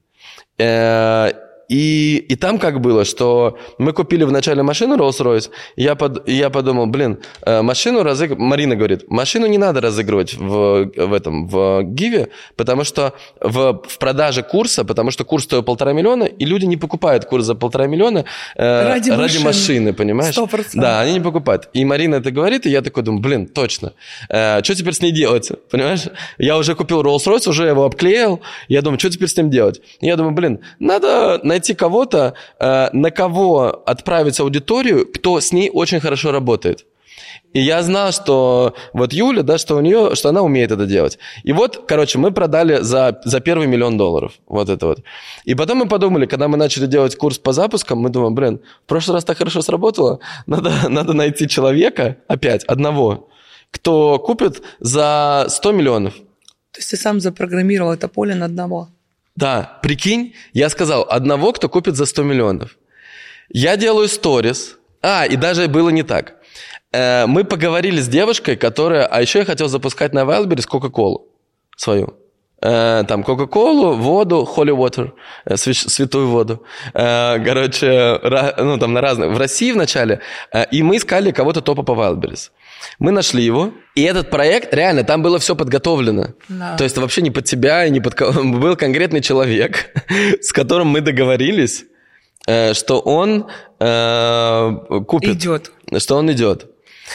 S1: И, и там как было, что мы купили вначале машину Rolls-Royce, и я, под, и я подумал, блин, машину разыгрывать... Марина говорит, машину не надо разыгрывать в, в этом, в Гиве, потому что в, в продаже курса, потому что курс стоит полтора миллиона, и люди не покупают курс за полтора миллиона э, ради, ради машины. машины, понимаешь?
S2: сто процентов.
S1: Да, они не покупают. И Марина это говорит, и я такой думаю, блин, точно. Э, что теперь с ней делать, понимаешь? Я уже купил Rolls-Royce, уже его обклеил, я думаю, что теперь с ним делать? И я думаю, блин, надо... найти кого-то, на кого отправить аудиторию, кто с ней очень хорошо работает. И я знал, что вот Юля, да, что у нее, что она умеет это делать. И вот, короче, мы продали за, за первый миллион долларов. Вот это вот. И потом мы подумали, когда мы начали делать курс по запускам, мы думаем, блин, в прошлый раз так хорошо сработало, надо, надо найти человека, опять, одного, кто купит за сто миллионов.
S2: То есть ты сам запрограммировал это поле на одного?
S1: Да, прикинь, я сказал, одного, кто купит за сто миллионов. Я делаю сторис. А, и даже было не так. Э, мы поговорили с девушкой, которая... А еще я хотел запускать на Wildberries Кока-Колу свою. Э, там Кока-Колу, воду, holy water, э, свя- святую воду. Э, короче, ра- ну там на разные... В России вначале. Э, и мы искали кого-то топа по Wildberries. Мы нашли его, и этот проект, реально, там было все подготовлено. Да. То есть вообще не под тебя, и не под кого. Был конкретный человек, с которым мы договорились, что он э, купит.
S2: Идет.
S1: Что он идет.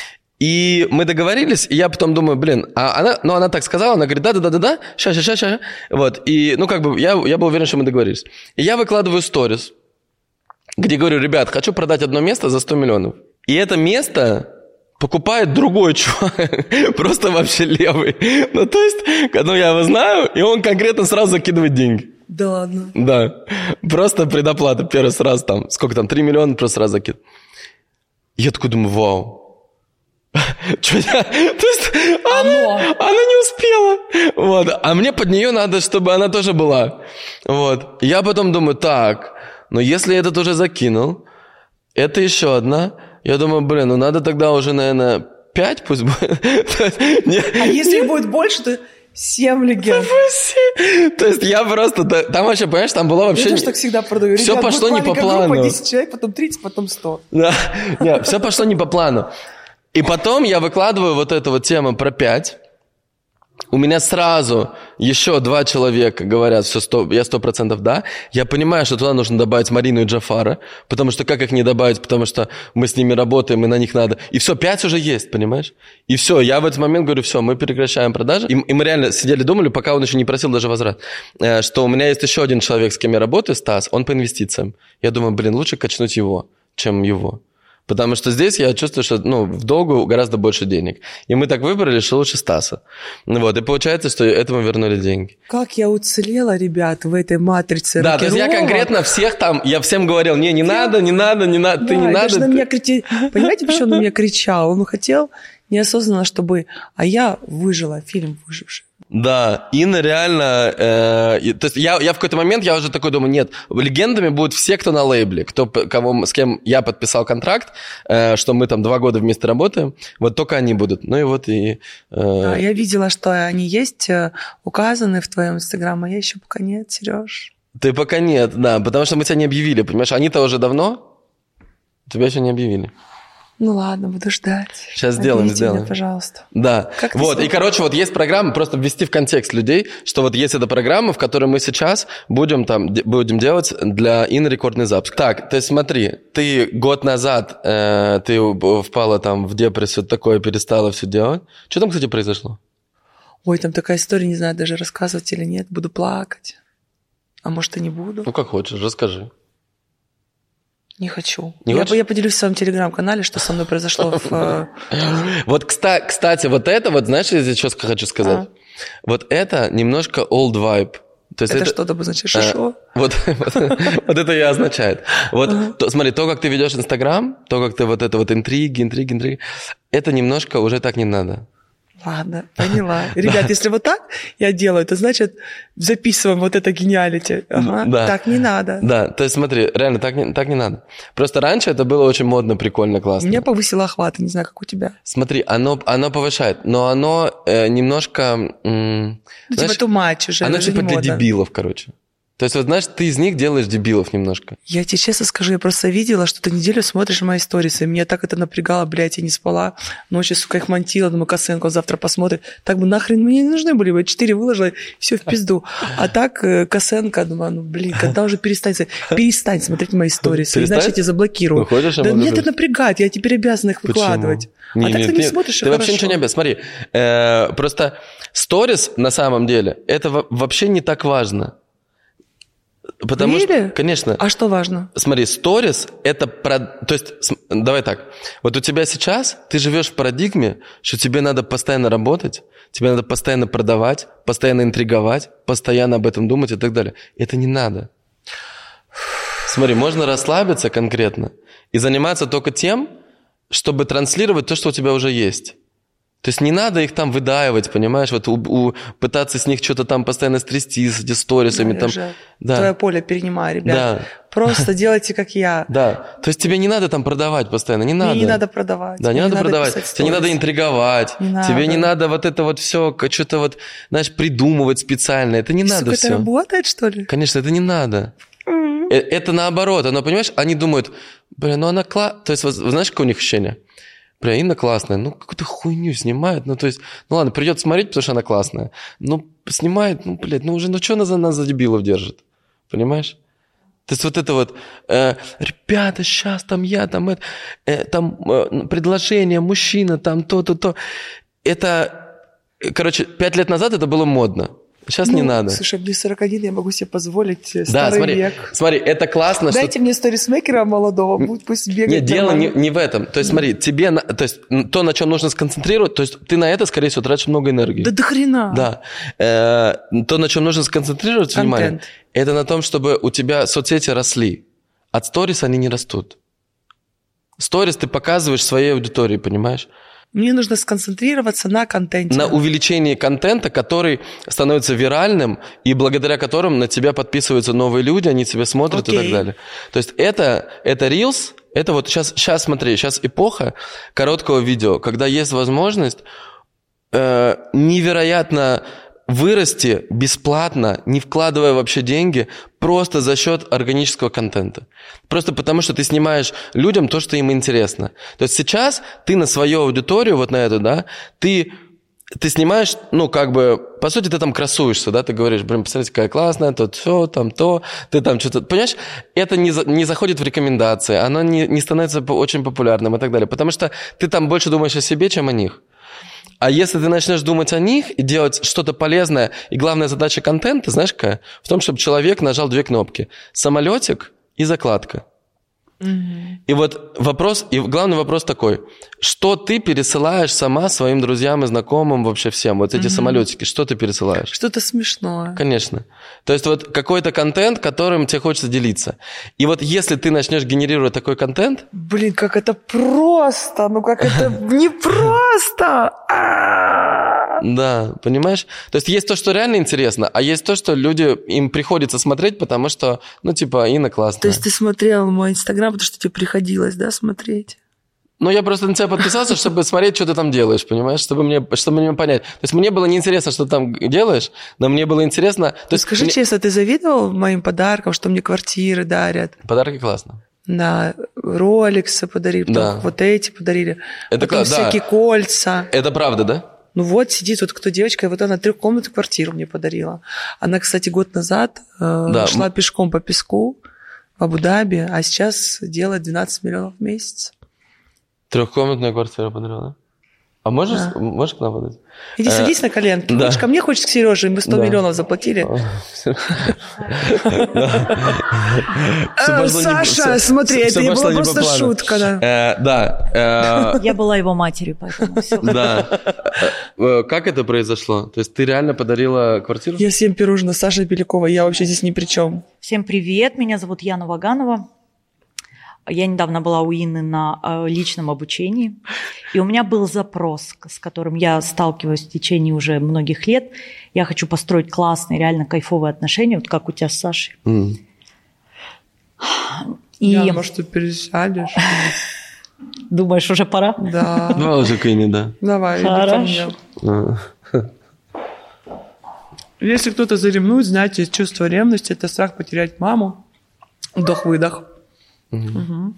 S1: И мы договорились, и я потом думаю, блин, а она, ну она так сказала, она говорит, да-да-да-да-да, ща, ща, ща, ща. Вот, и, ну как бы, я, я был уверен, что мы договорились. И я выкладываю сторис, где говорю, ребят, хочу продать одно место за сто миллионов. И это место... покупает другой чувак, просто вообще левый. Ну, то есть, ну, я его знаю, и он конкретно сразу закидывает деньги.
S2: Да ладно?
S1: Да. Просто предоплата первый раз там, сколько там, три миллиона просто сразу закидывает. Я такой думаю, вау. То есть она, она не успела. Вот. А мне под нее надо, чтобы она тоже была. Вот. Я потом думаю, так, но если я этот уже закинул, это еще одна. Я думаю, блин, ну надо тогда уже, наверное, пять пусть будет.
S2: А если будет больше, то семь легенд.
S1: То есть я просто... Там вообще, понимаешь, там было вообще...
S2: Я тоже так всегда продаю.
S1: Все
S2: Ребят,
S1: пошло не по плану.
S2: Группа, десять человек, потом тридцать, потом сто.
S1: Да, нет, все пошло не по плану. И потом я выкладываю вот эту вот тему про пять. У меня сразу еще два человека говорят, все, сто, я сто процентов да. Я понимаю, что туда нужно добавить Марину и Джафара, потому что как их не добавить, потому что мы с ними работаем, и на них надо. И все, пять уже есть, понимаешь? И все, я в этот момент говорю, все, мы прекращаем продажи. И, и мы реально сидели, думали, пока он еще не просил даже возврат, что у меня есть еще один человек, с кем я работаю, Стас, он по инвестициям. Я думаю, блин, лучше качнуть его, чем его. Потому что здесь я чувствую, что ну, в долгу гораздо больше денег. И мы так выбрали, что лучше Стаса. Вот, и получается, что этому вернули деньги.
S2: Как я уцелела, ребят, в этой матрице
S1: Да, рокировок. То есть я конкретно всех там, я всем говорил, не, не я... надо, не надо, не надо, да, ты не надо.
S2: На меня кричи... Понимаете, почему он на меня кричал? Он хотел неосознанно, чтобы... А я выжила, фильм «Выживший».
S1: Да, Инна реально... Э, то есть я, я в какой-то момент, я уже такой думаю, нет, легендами будут все, кто на лейбле, кто, кого, с кем я подписал контракт, э, что мы там два года вместе работаем, вот только они будут. Ну и вот и... Э...
S2: Да, я видела, что они есть, указаны в твоем инстаграме, а я еще пока нет, Сереж.
S1: Ты пока нет, да, потому что мы тебя не объявили, понимаешь? Они-то уже давно, тебя еще не объявили.
S2: Ну ладно, буду ждать.
S1: Сейчас сделаем,
S2: Объявите
S1: сделаем.
S2: Меня, пожалуйста.
S1: Да. Как вот, и, короче, вот есть программа, просто ввести в контекст людей, что вот есть эта программа, в которой мы сейчас будем там, будем делать для Инны рекордный запуск. Так, ты смотри, ты год назад, э, ты впала там в депрессию, такое, перестала все делать. Что там, кстати, произошло?
S2: Ой, там такая история, не знаю, даже рассказывать или нет, буду плакать. А может, и не буду.
S1: Ну, как хочешь, расскажи.
S2: Не хочу.
S1: Не
S2: я,
S1: хочешь?
S2: я поделюсь в своем телеграм-канале, что со мной произошло в...
S1: Вот, кстати, вот это, вот знаешь, я здесь что хочу сказать? Вот это немножко old vibe.
S2: То есть это, это что-то обозначает, шишо?
S1: Вот, вот, вот это и означает. Вот, ага. то, смотри, то, как ты ведешь Инстаграм, то, как ты вот это вот интриги, интриги, интриги, это немножко уже так не надо.
S2: Ладно, поняла. Ребят, если вот так я делаю, то значит записываем вот это гениалити. Ага, да. Так не надо.
S1: Да, то есть смотри, реально так не, так не надо. Просто раньше это было очень модно, прикольно, классно.
S2: У меня повысило охваты, не знаю, как у тебя.
S1: Смотри, оно, оно повышает, но оно э, немножко... М,
S2: ну, знаешь, типа тумач уже.
S1: Оно типа для дебилов, короче. То есть, вот знаешь, ты из них делаешь дебилов немножко.
S2: Я тебе честно скажу, я просто видела, что ты неделю смотришь мои сторисы, и меня так это напрягало, блядь, я не спала. Ночью, сука, их монтила, думаю, Косенко завтра посмотрит. Так бы нахрен мне не нужны были бы, четыре выложила, все в пизду. А так Косенко, думаю, ну, блин, когда уже перестань, перестань смотреть мои сторисы, иначе я тебя заблокирую.
S1: Ну, хочешь,
S2: да меня это напрягает, я теперь обязана их выкладывать.
S1: Не,
S2: а
S1: не,
S2: так
S1: не,
S2: ты не
S1: ты,
S2: смотришь,
S1: ты вообще ничего не обязан. Смотри, э, просто сторис на самом деле, это вообще не так важно. Потому
S2: really?
S1: что, конечно.
S2: А что важно?
S1: Смотри, сторис это про... То есть, давай так. Вот у тебя сейчас, ты живешь в парадигме, что тебе надо постоянно работать, тебе надо постоянно продавать, постоянно интриговать, постоянно об этом думать и так далее. Это не надо. Смотри, можно расслабиться конкретно и заниматься только тем, чтобы транслировать то, что у тебя уже есть. То есть не надо их там выдаивать, понимаешь, вот у, у, пытаться с них что-то там постоянно стрясти с этими сторисами.
S2: Да,
S1: там.
S2: Я
S1: да.
S2: Твое поле перенимаю, ребят.
S1: Да.
S2: Просто делайте, как я.
S1: Да, то есть тебе не надо там продавать постоянно, не надо.
S2: Мне не надо продавать.
S1: Да, не надо продавать, тебе не надо интриговать, тебе не надо вот это вот все, что-то вот, знаешь, придумывать специально, это не надо все.
S2: Это работает, что ли?
S1: Конечно, это не надо. Это наоборот, оно, понимаешь, они думают, блин, ну она классная, то есть, знаешь, какое у них ощущение? Бля, Инна классная, ну какую-то хуйню снимает, ну то есть, ну ладно, придется смотреть, потому что она классная, ну снимает, ну блядь, ну уже, ну что она за нас за дебилов держит, понимаешь? То есть вот это вот, э, ребята, сейчас там я, там, это, э, там э, предложение, мужчина, там то-то, то, это, короче, пять лет назад это было модно. Сейчас
S2: ну,
S1: не надо.
S2: Слушай, мне сорок один, я могу себе позволить старый
S1: да, смотри,
S2: век.
S1: Смотри, это классно.
S2: Дайте
S1: что...
S2: мне сторисмейкера молодого, будь пусть бегает.
S1: Нет, дело не, не в этом. То есть, смотри, тебе, на, то есть, то, на чем нужно сконцентрировать, то есть, ты на это, скорее всего, тратишь много энергии.
S2: Да до хрена.
S1: Да. Э, то, на чем нужно сконцентрировать
S2: Контент.
S1: внимание, это на том, чтобы у тебя соцсети росли. От сторис они не растут. Сторис ты показываешь своей аудитории, понимаешь?
S2: Мне нужно сконцентрироваться на контенте.
S1: На увеличении контента, который становится виральным, и благодаря которому на тебя подписываются новые люди, они тебя смотрят okay. и так далее. То есть это, это Reels, это вот сейчас, сейчас смотри, сейчас эпоха короткого видео, когда есть возможность э, невероятно вырасти бесплатно, не вкладывая вообще деньги, просто за счет органического контента. Просто потому, что ты снимаешь людям то, что им интересно. То есть сейчас ты на свою аудиторию, вот на эту, да, ты, ты снимаешь, ну, как бы, по сути, ты там красуешься, да, ты говоришь, блин, посмотрите, какая классная, то все, там то, ты там что-то, понимаешь, это не, за, не заходит в рекомендации, оно не, не становится очень популярным и так далее, потому что ты там больше думаешь о себе, чем о них. А если ты начнешь думать о них и делать что-то полезное, и главная задача контента, знаешь какая? В том, чтобы человек нажал две кнопки. Самолетик и закладка. Mm-hmm. И вот вопрос, и главный вопрос такой, что ты пересылаешь сама своим друзьям и знакомым, вообще всем? Вот эти mm-hmm. самолетики, что ты пересылаешь?
S2: Что-то смешное.
S1: Конечно. То есть вот какой-то контент, которым тебе хочется делиться. И вот если ты начнешь генерировать такой контент...
S2: Блин, как это просто! Ну как это непросто!
S1: Да, понимаешь? То есть есть то, что реально интересно, а есть то, что люди, им приходится смотреть, потому что, ну, типа, Инна классная.
S2: То есть ты смотрел мой Инстаграм, потому что тебе приходилось, да, смотреть?
S1: Ну, я просто на тебя подписался, чтобы смотреть, что ты там делаешь, понимаешь? Чтобы мне, чтобы мне понять. То есть мне было неинтересно, что ты там делаешь, но мне было интересно... То есть
S2: скажи
S1: мне...
S2: честно, ты завидовал моим подаркам, что мне квартиры дарят?
S1: Подарки классно.
S2: Да, роликсы подарили,
S1: да.
S2: вот эти подарили,
S1: это
S2: потом
S1: кла-
S2: всякие
S1: да.
S2: кольца.
S1: Это правда, да?
S2: Ну вот сидит вот кто девочка, и вот она трехкомнатную квартиру мне подарила. Она, кстати, год назад э, да. шла пешком по песку в Абу-Даби, а сейчас делает двенадцать миллионов в месяц.
S1: Трехкомнатную квартиру подарила, да? А можешь, да. можешь к нам подать?
S2: Иди садись на коленки.
S1: Да.
S2: Хочешь, ко мне хочешь к Сереже, мы сто да. миллионов заплатили. Саша, смотри, это была просто шутка.
S1: Да.
S3: Я была его матерью, поэтому все.
S1: Да. Как это произошло? То есть ты реально подарила квартиру?
S2: Я всем пирожна, Саша Белякова, я вообще здесь ни при чем.
S3: Всем привет, меня зовут Яна Ваганова. Я недавно была у Инны на личном обучении, и у меня был запрос, с которым я сталкиваюсь в течение уже многих лет. Я хочу построить классные, реально кайфовые отношения, вот как у тебя с Сашей. Mm.
S2: И... Я, может, ты пересядешь?
S3: Думаешь, уже пора?
S2: Да.
S1: Давай уже к Инне, да.
S2: Давай, иди ко мне. Если кто-то заревнует, знаете, чувство ревности – это страх потерять маму. Вдох-выдох.
S1: Угу.
S3: Угу.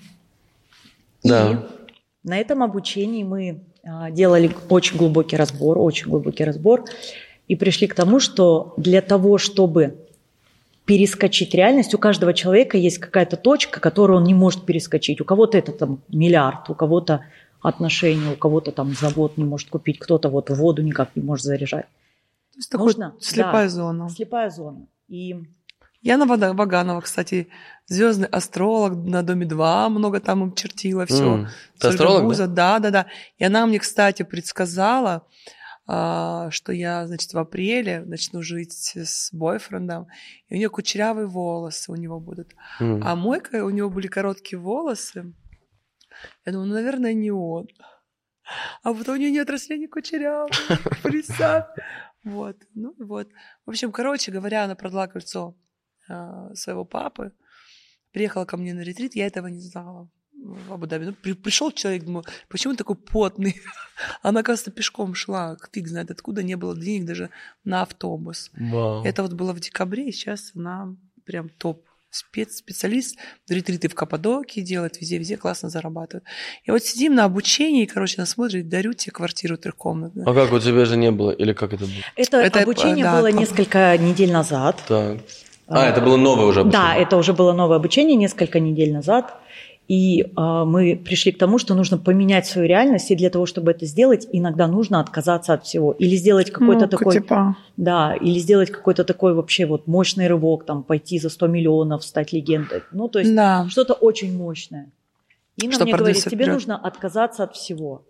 S1: Да.
S3: И на этом обучении мы а, делали очень глубокий разбор, очень глубокий разбор, и пришли к тому, что для того, чтобы перескочить реальность, у каждого человека есть какая-то точка, которую он не может перескочить. У кого-то это там миллиард, у кого-то отношения, у кого-то там завод не может купить, кто-то вот воду никак не может заряжать.
S2: То есть Нужно, слепая да, зона.
S3: Слепая зона. И
S2: Яна Ваганова, кстати, звездный астролог на Доме два, много там им чертила, все.
S1: Mm. Ты астролог, да?
S2: Да, да, да. И она мне, кстати, предсказала, что я, значит, в апреле начну жить с бойфрендом, и у нее кучерявые волосы у него будут. Mm. А мой, у него были короткие волосы. Я думаю, ну, наверное, не он. А вот у нее не отросли ни кучерявые. Представь. Вот, ну вот. В общем, короче говоря, она продала кольцо э, своего папы, приехала ко мне на ретрит, я этого не знала в Абу-Даби. Ну, при, пришел человек, думаю, почему он такой потный? Она, кажется, пешком шла, фиг знает откуда, не было денег даже на автобус.
S1: Wow.
S2: Это вот было в декабре, и сейчас она прям топ. Спец, специалист, ретриты в Каппадокии делает, везде-везде классно зарабатывает. И вот сидим на обучении, короче, она смотрит, дарю тебе квартиру трехкомнатную.
S1: А как, у тебя же не было? Или как это было?
S3: Это, это обучение да, было папа. несколько недель назад.
S1: Так. А, это было новое уже обучение?
S3: Да, это уже было новое обучение несколько недель назад. И э, мы пришли к тому, что нужно поменять свою реальность, и для того, чтобы это сделать, иногда нужно отказаться от всего. Или сделать какой-то ну, такой... Типа. Да, или сделать какой-то такой вообще вот мощный рывок, там, пойти за сто миллионов, стать легендой. Ну, то есть да. что-то очень мощное. Инна что мне говорит, тебе вперед? Нужно отказаться от всего.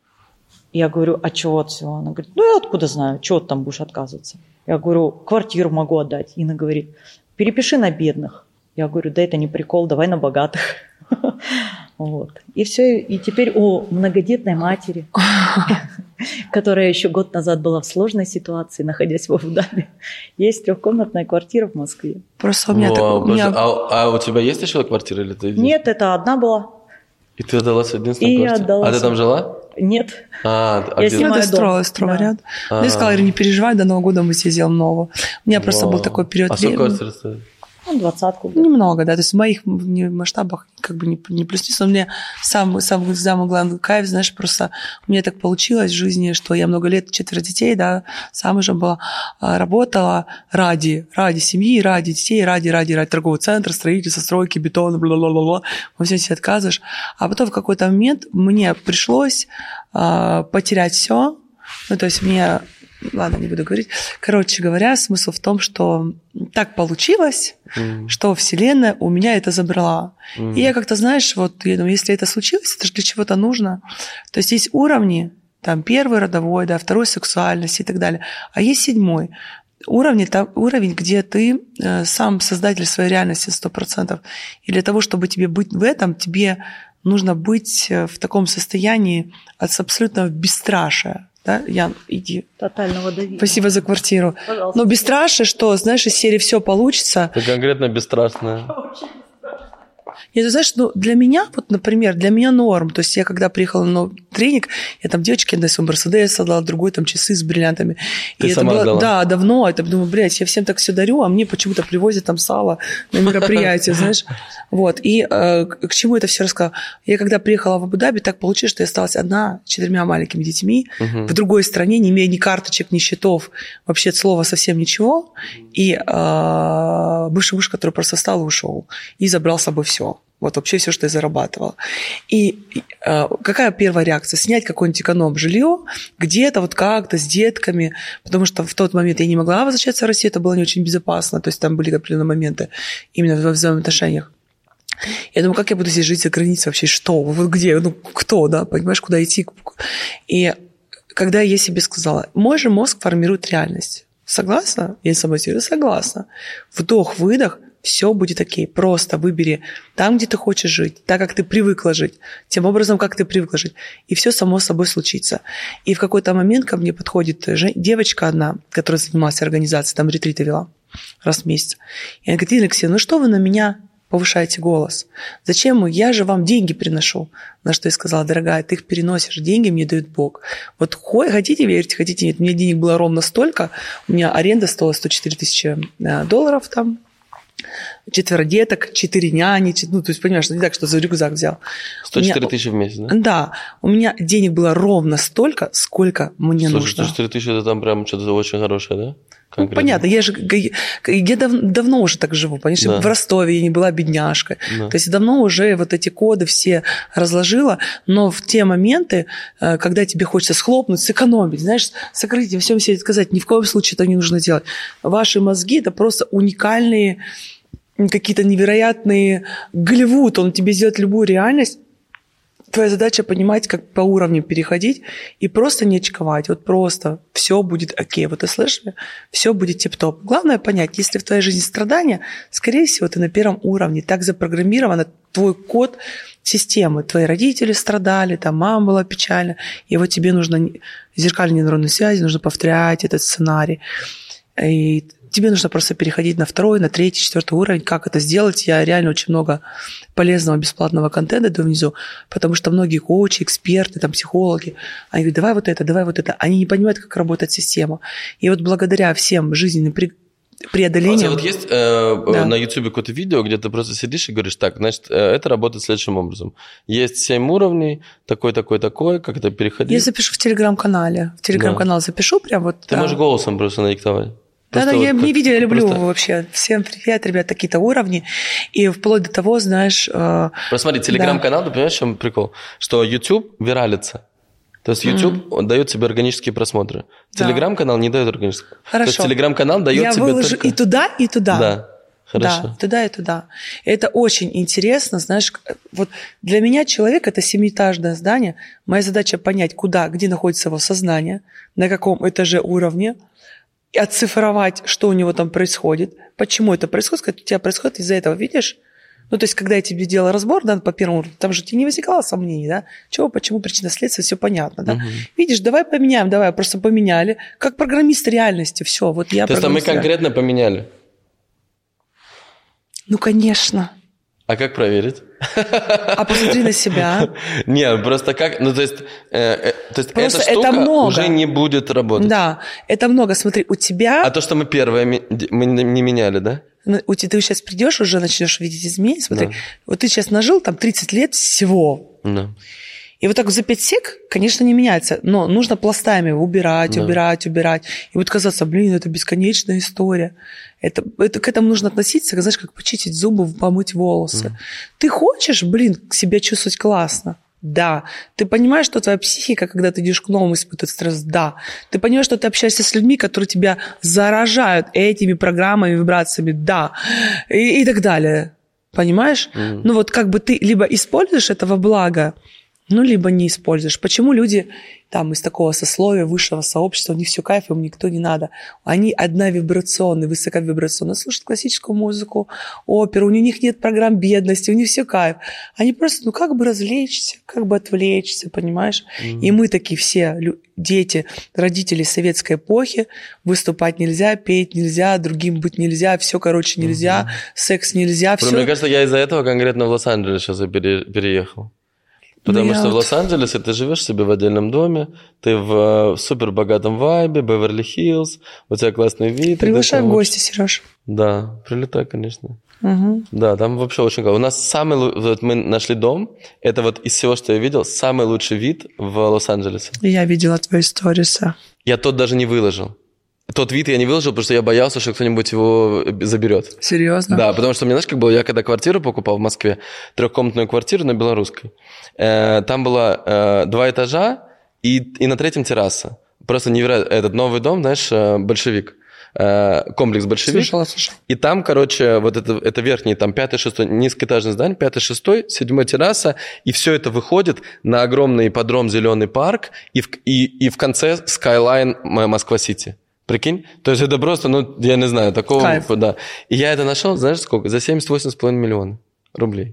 S3: Я говорю, а чего от всего? Она говорит, ну, я откуда знаю, чего ты там будешь отказываться? Я говорю, квартиру могу отдать. Инна говорит, перепиши на бедных. Я говорю, да это не прикол, давай на богатых. Вот. И все. И теперь о многодетной матери, которая еще год назад была в сложной ситуации, находясь в Абу-Даби. Есть трехкомнатная квартира в Москве.
S2: Просто у меня...
S1: О,
S2: так, у меня...
S1: А, а у тебя есть еще квартира? Или ты...
S3: Нет, это одна была.
S1: И ты отдалась в единственную
S3: И
S1: квартиру?
S3: отдалась.
S1: А ты там жила?
S3: Нет.
S1: А, а
S3: Я
S1: где?
S3: снимаю
S2: Я строилась, второй
S3: да.
S2: ряд. А. Я сказала, не переживай, до Нового года мы себе сделаем нового. У меня просто
S1: Вау.
S2: был такой период
S1: а времени. А сколько
S2: времени.
S1: квартира стоит?
S3: Ну, двадцатку.
S2: Немного, да. То есть в моих масштабах как бы не, не плюс-минус. Но мне самый, самый, самый главный кайф, знаешь, просто у меня так получилось в жизни, что я много лет, четверо детей, да, замужем была, работала ради, ради семьи, ради детей, ради, ради, ради торгового центра, строительства, стройки, бетона, бла-бла-бла-бла. Во всем себе отказываешь. А потом в какой-то момент мне пришлось э, потерять все. Ну, то есть мне... Ладно, не буду говорить. Короче говоря, смысл в том, что так получилось, mm. что Вселенная у меня это забрала. Mm. И я как-то, знаешь, вот я думаю, если это случилось, это же для чего-то нужно. То есть есть уровни, там первый родовой, да, второй сексуальности и так далее, а есть седьмой. Уровень, там, уровень, где ты э, сам создатель своей реальности сто процентов. И для того, чтобы тебе быть в этом, тебе нужно быть в таком состоянии от абсолютного бесстрашия. Да, Ян, иди.
S3: Тотального доверия.
S2: Спасибо за квартиру.
S3: Пожалуйста.
S2: Но бесстрашие, что, знаешь, из серии «Все получится».
S1: Ты конкретно бесстрастная.
S2: Я, знаешь, ну, для меня, вот, например, для меня норм. То есть я, когда приехала на тренинг, я там девочке одной свой Мерседес отдала, другой там часы с бриллиантами.
S1: Ты
S2: и
S1: сама
S2: это было,
S1: отдала?
S2: да, давно. Это, думаю, блядь, я всем так все дарю, а мне почему-то привозят там сало на мероприятие, знаешь. Вот. И э, к чему это все рассказала? Я, когда приехала в Абу-Даби, так получилось, что я осталась одна с четырьмя маленькими детьми угу. в другой стране, не имея ни карточек, ни счетов, вообще от слова совсем ничего. И э, бывший муж, который просто встал и ушел, и забрал с собой все. Вот вообще все, что я зарабатывала. И э, какая первая реакция? Снять какое-нибудь эконом-жилье где-то вот как-то с детками, потому что в тот момент я не могла возвращаться в Россию, это было не очень безопасно, то есть там были определенные моменты именно во взаимоотношениях. Я думаю, как я буду здесь жить за границей вообще? Что? Вот где? Ну, кто, да? Понимаешь, куда идти? И когда я себе сказала, мой же мозг формирует реальность. Согласна? Я сама себе согласна. Вдох-выдох, все будет окей. Просто выбери там, где ты хочешь жить, так, как ты привыкла жить, тем образом, как ты привыкла жить. И все само собой случится. И в какой-то момент ко мне подходит девочка одна, которая занималась организацией, там ретриты вела раз в месяц. И она говорит: Ирина Алексеевна, ну что вы на меня повышаете голос? Зачем мы? Я же вам деньги приношу. На что я сказала: дорогая, ты их переносишь, деньги мне дает Бог. Вот хотите верить, хотите нет. У меня денег было ровно столько. У меня аренда стоила сто четыре тысячи долларов там. Четверо деток, четыре няни. Ну, то есть, понимаешь, не так, что за рюкзак взял.
S1: сто четыре тысячи в месяц, да?
S2: Да. У меня денег было ровно столько, сколько мне
S1: Слушай,
S2: нужно.
S1: сто четыре тысячи это там прям что-то очень хорошее, да?
S2: Ну, понятно, я же я дав, давно уже так живу, понимаешь, да. В Ростове я не была бедняжкой, да. То есть давно уже вот эти коды все разложила, но в те моменты, когда тебе хочется схлопнуть, сэкономить, знаешь, сократить, во всем себе сказать, ни в коем случае это не нужно делать. Ваши мозги – это просто уникальные, какие-то невероятные Голливуд, он тебе сделает любую реальность. Твоя задача понимать, как по уровню переходить и просто не очковать. Вот просто все будет окей. Вот ты слышишь меня? Все будет тип-топ. Главное понять, если в твоей жизни страдания, скорее всего, ты на первом уровне. Так запрограммирован твой код системы. Твои родители страдали, там мама была печальна. И вот тебе нужно зеркальные нейронные связи, нужно повторять этот сценарий. И тебе нужно просто переходить на второй, на третий, четвертый уровень. Как это сделать? Я реально очень много полезного бесплатного контента даю внизу, потому что многие коучи, эксперты, там, психологи, они говорят: давай вот это, давай вот это. Они не понимают, как работает система. И вот благодаря всем жизненным преодолениям...
S1: А вот есть э, да. на YouTube какое-то видео, где ты просто сидишь и говоришь: так, значит, это работает следующим образом. Есть семь уровней, такой, такой, такой, как это переходить?
S2: Я запишу в Телеграм-канале. В Телеграм-канал да. запишу прям вот...
S1: Ты да. можешь голосом просто надиктовать.
S2: Да-да, я
S1: вот
S2: не видео, я люблю
S1: просто...
S2: вообще. Всем привет, ребят, такие-то уровни. И вплоть до того, знаешь... Э,
S1: Посмотри, Телеграм-канал, да. Ты понимаешь, в чем прикол? Что YouTube виралится. То есть YouTube mm. дает тебе органические просмотры. Телеграм-канал да. не дает органические.
S2: Хорошо.
S1: То есть Телеграм-канал дает
S2: я
S1: тебе
S2: выложу
S1: только...
S2: и туда, и туда.
S1: Да, хорошо.
S2: Да, туда и туда. Это очень интересно, знаешь. Вот для меня человек – это семиэтажное здание. Моя задача понять, куда, где находится его сознание, на каком этаже уровне, и оцифровать, что у него там происходит, почему это происходит. Сказать, у тебя происходит из-за этого, видишь? Ну, то есть, когда я тебе делала разбор, да, по первому, там же тебе не возникало сомнений, да? Чего, почему, причина, следствие, все понятно, да? Угу. Видишь, давай поменяем, давай, просто поменяли. Как программист реальности, все, вот я
S1: То есть, а мы конкретно поменяли?
S2: Ну, конечно.
S1: А как проверить?
S2: А посмотри на себя.
S1: Нет, просто как... Ну, то есть, э, э, то есть эта штука это уже не будет работать.
S2: Да, это много. Смотри, у тебя...
S1: А то, что мы первое мы не меняли, да?
S2: У тебя, ты сейчас придешь, уже начнешь видеть изменения. Смотри, да. Вот ты сейчас нажил там тридцать лет всего.
S1: Да.
S2: И вот так за пять сек, конечно, не меняется, но нужно пластами убирать, да. убирать, убирать. И вот казаться, блин, это бесконечная история. Это, это, к этому нужно относиться, знаешь, как почистить зубы, помыть волосы. Да. Ты хочешь, блин, себя чувствовать классно? Да. Ты понимаешь, что твоя психика, когда ты идешь к новому, испытывает стресс? Да. Ты понимаешь, что ты общаешься с людьми, которые тебя заражают этими программами, вибрациями? Да. И, и так далее. Понимаешь? Mm. Ну вот как бы ты либо используешь это во благо, ну, либо не используешь. Почему люди там из такого сословия, высшего сообщества, у них все кайф, им никто не надо. Они одновибрационные, высоковибрационные, слушают классическую музыку, оперу, у них нет программ бедности, у них все кайф. Они просто, ну, как бы развлечься, как бы отвлечься, понимаешь? Mm-hmm. И мы такие все дети, родители советской эпохи, выступать нельзя, петь нельзя, другим быть нельзя, все, короче, нельзя, mm-hmm. секс нельзя, все.
S1: Мне кажется, я из-за этого конкретно в Лос-Анджелес сейчас переехал. Потому ну, что в вот... Лос-Анджелесе ты живешь себе в отдельном доме, ты в, в супер богатом вайбе, Беверли-Хиллз, у тебя классный вид.
S2: Приглашай в гости, Сереж.
S1: Да, прилетай, конечно.
S2: Угу.
S1: Да, там вообще очень классно. У нас самый, вот мы нашли дом, это вот из всего, что я видел, самый лучший вид в Лос-Анджелесе.
S2: Я видела твои сторисы.
S1: Я тот даже не выложил. Тот вид я не выложил, потому что я боялся, что кто-нибудь его заберет.
S2: Серьезно?
S1: Да, потому что мне, знаешь, как было, я когда квартиру покупал в Москве, трехкомнатную квартиру на Белорусской, э, там было э, два этажа и, и на третьем терраса. Просто невероятно. Этот новый дом, знаешь, э, большевик. Э, комплекс большевик.
S2: Слышала, слышала.
S1: И там, короче, вот это, это верхний, там пятый, шестой, низкоэтажное здание, пятый, шестой, седьмой терраса, и все это выходит на огромный ипподром, зеленый парк, и в, и, и в конце Skyline Москва-Сити. Прикинь? То есть это просто, ну, я не знаю, такого...
S2: Кайф.
S1: Да. И я это нашел, знаешь, сколько? За семьдесят восемь с половиной миллионов рублей.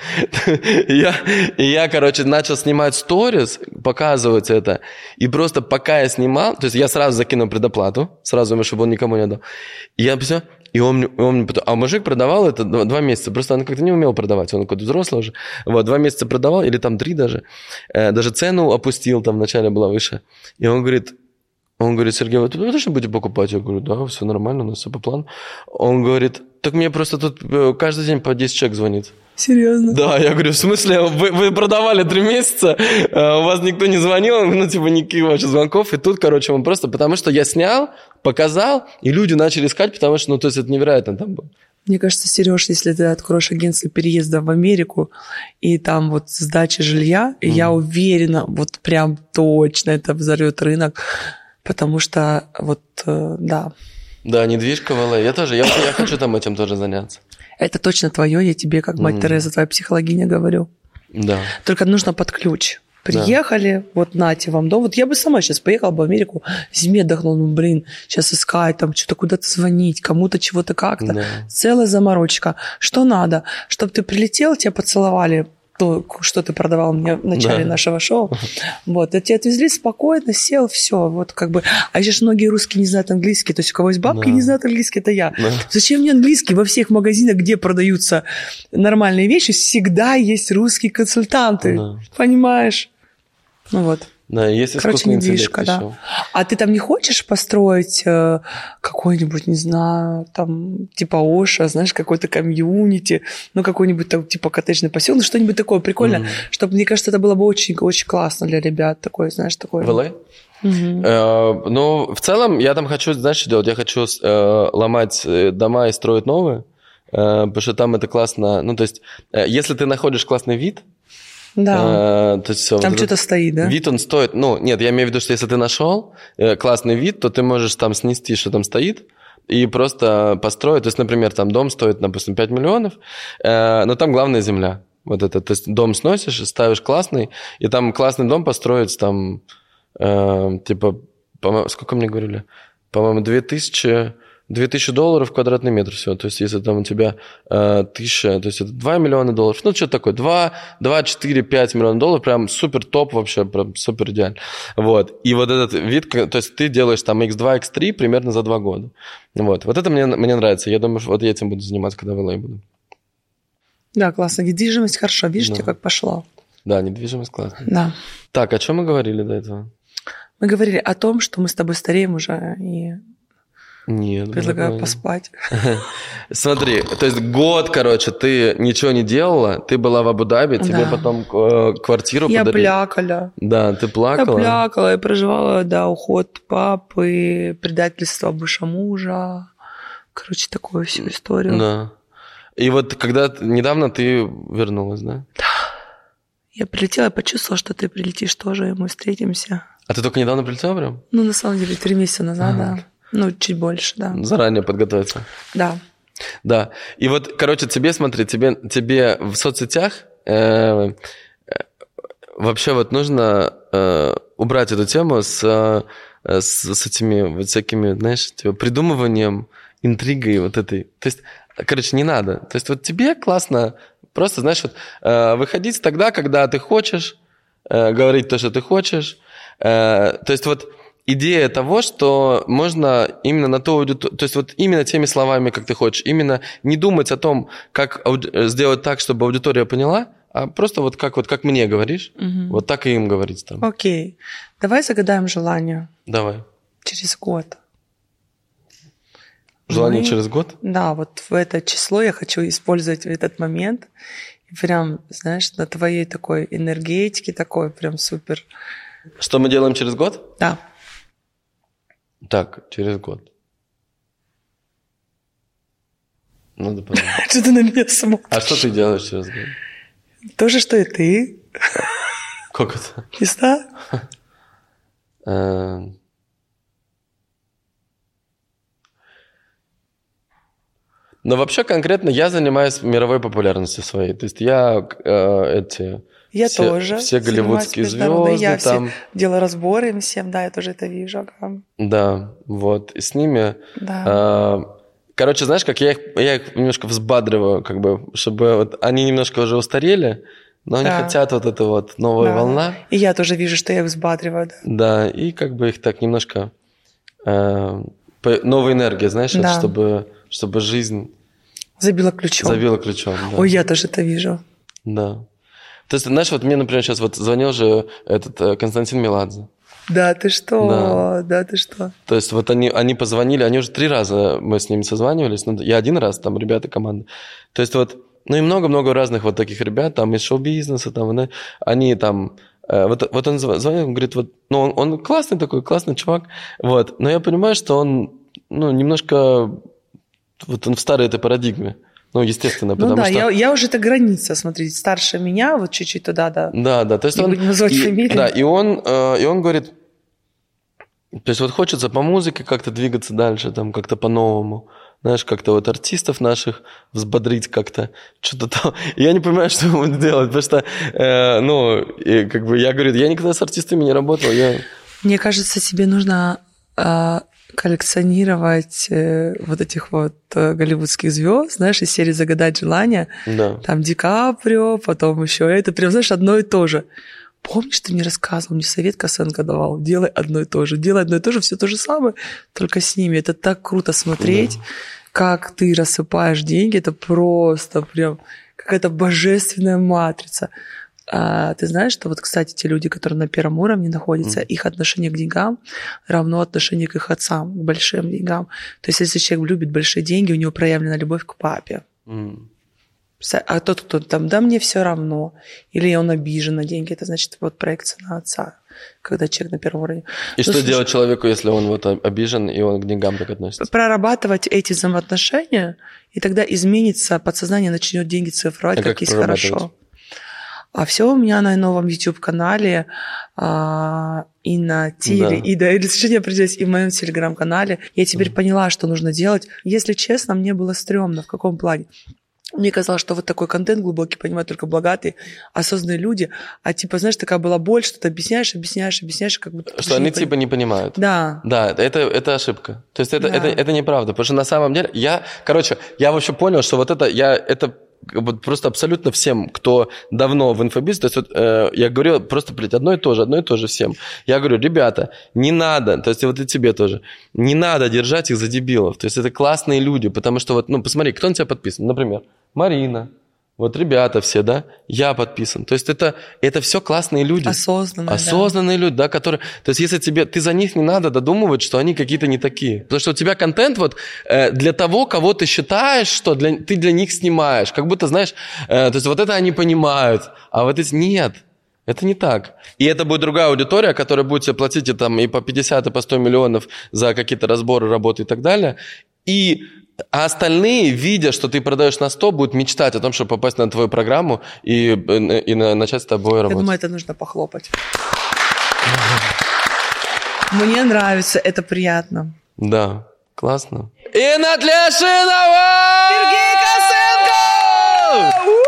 S1: и, я, и я, короче, начал снимать сторис, показывать это. И просто пока я снимал, то есть я сразу закинул предоплату, сразу, чтобы он никому не отдал. И я все... И он, и он, а мужик продавал это два, два месяца, просто он как-то не умел продавать, он какой-то взрослый уже. Вот, два месяца продавал, или там три даже. Э, даже цену опустил, там вначале была выше. И он говорит... Он говорит, Сергей, вы тут точно будете покупать? Я говорю, да, все нормально, у нас все по плану. Он говорит, так мне просто тут каждый день по десять человек звонит.
S2: Серьезно?
S1: Да, я говорю, в смысле, вы, вы продавали три месяца, у вас никто не звонил, ну, типа, никаких вообще звонков. И тут, короче, он просто, потому что я снял, показал, и люди начали искать, потому что, ну, то есть это невероятно там было.
S2: Мне кажется, Сереж, если ты откроешь агентство переезда в Америку, и там вот сдача жилья, mm-hmm. я уверена, вот прям точно это взорвет рынок. Потому что вот, да.
S1: Да, недвижка в эл эй. Я тоже, я, я хочу там этим тоже заняться.
S2: Это точно твое, я тебе, как мать mm. Тереза, твоя психологиня, говорю.
S1: Да.
S2: Только нужно под ключ. Приехали, да. Вот нате вам дом. Вот я бы сама сейчас поехала бы в Америку, зиме отдохнула, ну, блин, сейчас искать, там, что-то куда-то звонить, кому-то чего-то как-то. Да. Целая заморочка. Что надо? Чтобы ты прилетел, тебя поцеловали, то, что ты продавал мне в начале да. нашего шоу. Вот, и тебя отвезли спокойно, сел, все. Вот как бы. А еще же многие русские не знают английский. То есть у кого есть бабки, да. не знают английский, это я. Да. Зачем мне английский? Во всех магазинах, где продаются нормальные вещи, всегда есть русские консультанты. Да. Понимаешь? Ну вот.
S1: Да, есть искусственный интеллект
S2: да.
S1: еще.
S2: А ты там не хочешь построить э, какой-нибудь, не знаю, там, типа Оша, знаешь, какой-то комьюнити, ну, какой-нибудь там, типа коттеджный поселок, ну, что-нибудь такое прикольное, mm-hmm. чтобы, мне кажется, это было бы очень-очень классно для ребят, такое, знаешь, такое.
S1: В эл эй?
S2: Mm-hmm.
S1: Э, ну, в целом, я там хочу, знаешь, что делать? Я хочу э, ломать дома и строить новые, э, потому что там это классно, ну, то есть, э, если ты находишь классный вид,
S2: да,
S1: а, то есть все,
S2: там
S1: вот
S2: что-то стоит, да?
S1: Вид он стоит, ну, нет, я имею в виду, что если ты нашел э, классный вид, то ты можешь там снести, что там стоит, и просто построить. То есть, например, там дом стоит, допустим, пять миллионов, э, но там главная земля. Вот это, то есть дом сносишь, ставишь классный, и там классный дом построить, там, э, типа, по-моему, сколько мне говорили? По-моему, две тысячи две тысячи долларов квадратный метр всего. То есть, если там у тебя э, тысяча, то есть это два миллиона долларов. Ну, что такое? два, два, четыре, пять миллионов долларов. Прям супер топ вообще, прям супер идеально. Вот. И вот этот вид, то есть ты делаешь там икс два, икс три примерно за два года. Вот. Вот это мне, мне нравится. Я думаю, что вот я этим буду заниматься, когда в эл эй буду.
S2: Да, классно. Недвижимость хорошо. Видите, да. Как пошло.
S1: Да, недвижимость классно.
S2: Да.
S1: Так, о чем мы говорили до этого?
S2: Мы говорили о том, что мы с тобой стареем уже и...
S1: Нет.
S2: Предлагаю поспать.
S1: Смотри, то есть год, короче, ты ничего не делала, ты была в Абу-Даби, да. Тебе потом квартиру
S2: я
S1: подарили.
S2: Я плакала.
S1: Да, ты плакала?
S2: Я плакала, я проживала, да, уход папы, предательство бывшего мужа. Короче, такую всю историю.
S1: Да. И вот когда недавно ты вернулась, да?
S2: Да. Я прилетела, я почувствовала, что ты прилетишь тоже, и мы встретимся.
S1: А ты только недавно прилетела прям?
S2: Ну, на самом деле, три месяца назад, ага. Да. Ну, чуть больше, да.
S1: Заранее подготовиться.
S2: Да.
S1: Да. И вот, короче, тебе, смотри, тебе, тебе в соцсетях э, э, вообще вот нужно э, убрать эту тему с, э, с, с этими вот всякими, знаешь, типа, придумыванием, интригой вот этой. То есть, короче, не надо. То есть вот тебе классно просто, знаешь, вот э, выходить тогда, когда ты хочешь, э, говорить то, что ты хочешь. Э, то есть вот идея того, что можно именно на то аудиторию, то есть вот именно теми словами, как ты хочешь, именно не думать о том, как ауди- сделать так, чтобы аудитория поняла, а просто вот как, вот как мне говоришь, угу. Вот так и им говорить там.
S2: Окей. Давай загадаем желание.
S1: Давай.
S2: Через год.
S1: Желание
S2: Мы...
S1: через год?
S2: Да, вот в это число я хочу использовать в этот момент. И прям, знаешь, на твоей такой энергетике, такой прям супер.
S1: Что мы делаем через год?
S2: Да.
S1: Так, через год. Надо подумать.
S2: Что ты на меня смотришь?
S1: А что ты делаешь через год?
S2: То же, что и ты.
S1: Как это?
S2: Не знаю.
S1: Но вообще конкретно я занимаюсь мировой популярностью своей. То есть я э, эти...
S2: Я
S1: все,
S2: тоже.
S1: Все голливудские звезды
S2: я
S1: там.
S2: Все делаю разборы им всем, да, я тоже это вижу. Ага.
S1: Да, вот. И с ними...
S2: Да.
S1: Э, короче, знаешь, как я их, я их немножко взбадриваю, как бы, чтобы вот они немножко уже устарели, но они да. хотят вот эту вот новая да. волна.
S2: И я тоже вижу, что я их взбадриваю, да.
S1: Да, и как бы их так немножко... Э, новой энергии, знаешь, да. вот, чтобы, чтобы жизнь...
S2: Забила ключом.
S1: Забила ключом, да.
S2: Ой, я тоже это вижу.
S1: Да. То есть, знаешь, вот мне, например, сейчас вот звонил же этот Константин Меладзе.
S2: Да, ты что? Да, да ты что?
S1: То есть вот они, они позвонили, они уже три раза мы с ними созванивались, ну, я один раз, там, ребята, команда. То есть вот, ну и много-много разных вот таких ребят, там, из шоу-бизнеса, там, они там... Вот, вот он звонит, он говорит, вот, ну, он, он классный такой, классный чувак, вот, но я понимаю, что он, ну, немножко, вот он в старой этой парадигме. Ну, естественно, потому
S2: ну, да,
S1: что...
S2: я, я уже это граница, смотрите, старше меня, вот чуть-чуть туда, да.
S1: Да, да, то есть
S2: не
S1: он...
S2: будем назвать
S1: и,
S2: фамилию.
S1: Да, и он, э, и он говорит, то есть вот хочется по музыке как-то двигаться дальше, там, как-то по-новому, знаешь, как-то вот артистов наших взбодрить как-то, что-то там. И я не понимаю, что ему делать, потому что, э, ну, и, как бы, я говорю, я никогда с артистами не работал, я...
S2: Мне кажется, тебе нужно... Э... коллекционировать э, вот этих вот э, голливудских звезд, знаешь, из серии «Загадать желание».
S1: Да.
S2: Там Ди Каприо, потом еще это. Прям, знаешь, одно и то же. Помнишь, ты мне рассказывал, мне совет Косенко давал? Делай одно и то же. Делай одно и то же, все то же самое, только с ними. Это так круто смотреть, да. Как ты рассыпаешь деньги. Это просто прям какая-то божественная матрица. А ты знаешь, что вот, кстати, те люди, которые на первом уровне находятся, mm. их отношение к деньгам равно отношению к их отцам, к большим деньгам. То есть, если человек любит большие деньги, у него проявлена любовь к папе. Mm. А тот, кто там, да, мне все равно, или он обижен на деньги, это значит вот проекция на отца, когда человек на первом уровне.
S1: И ну, что слушай, делать человеку, если он вот обижен, и он к деньгам так относится?
S2: Прорабатывать эти взаимоотношения, и тогда изменится подсознание, начнет деньги цифровать, а как, как есть хорошо. А все у меня на новом YouTube-канале а, и на теле, да. и да, и решение определилось, и в моем телеграм-канале. Я теперь mm. поняла, что нужно делать. Если честно, мне было стрёмно. В каком плане? Мне казалось, что вот такой контент глубокий понимают только богатые, осознанные люди. А типа, знаешь, такая была боль, что ты объясняешь, объясняешь, объясняешь, как будто...
S1: Что они не типа пон... не понимают.
S2: Да.
S1: Да, это, это ошибка. То есть это, да. это, это неправда. Потому что на самом деле я... Короче, я вообще понял, что вот это... Я, это вот просто абсолютно всем, кто давно в инфобизе, то есть вот, э, я говорю просто, блядь, одно и то же, одно и то же всем. Я говорю, ребята, не надо, то есть вот и тебе тоже, не надо держать их за дебилов. То есть это классные люди, потому что вот, ну, посмотри, кто на тебя подписан, например, Марина, вот ребята все, да, я подписан. То есть это, это все классные люди.
S2: Осознанные,
S1: Осознанные
S2: да.
S1: люди, да, которые... То есть если тебе... Ты за них не надо додумывать, что они какие-то не такие. Потому что у тебя контент вот э, для того, кого ты считаешь, что для, ты для них снимаешь. Как будто, знаешь, э, то есть вот это они понимают, а вот эти... Нет. Это не так. И это будет другая аудитория, которая будет тебе платить и, там, и по пятьдесят, и по сто миллионов за какие-то разборы, работы и так далее. И... А остальные, видя, что ты продаешь на сто, будут мечтать о том, чтобы попасть на твою программу и, и, и начать с тобой работать.
S2: Я думаю, это нужно похлопать. Мне нравится, это приятно.
S1: Да, классно. Инна Тлешинова!
S2: Сергей Косенко!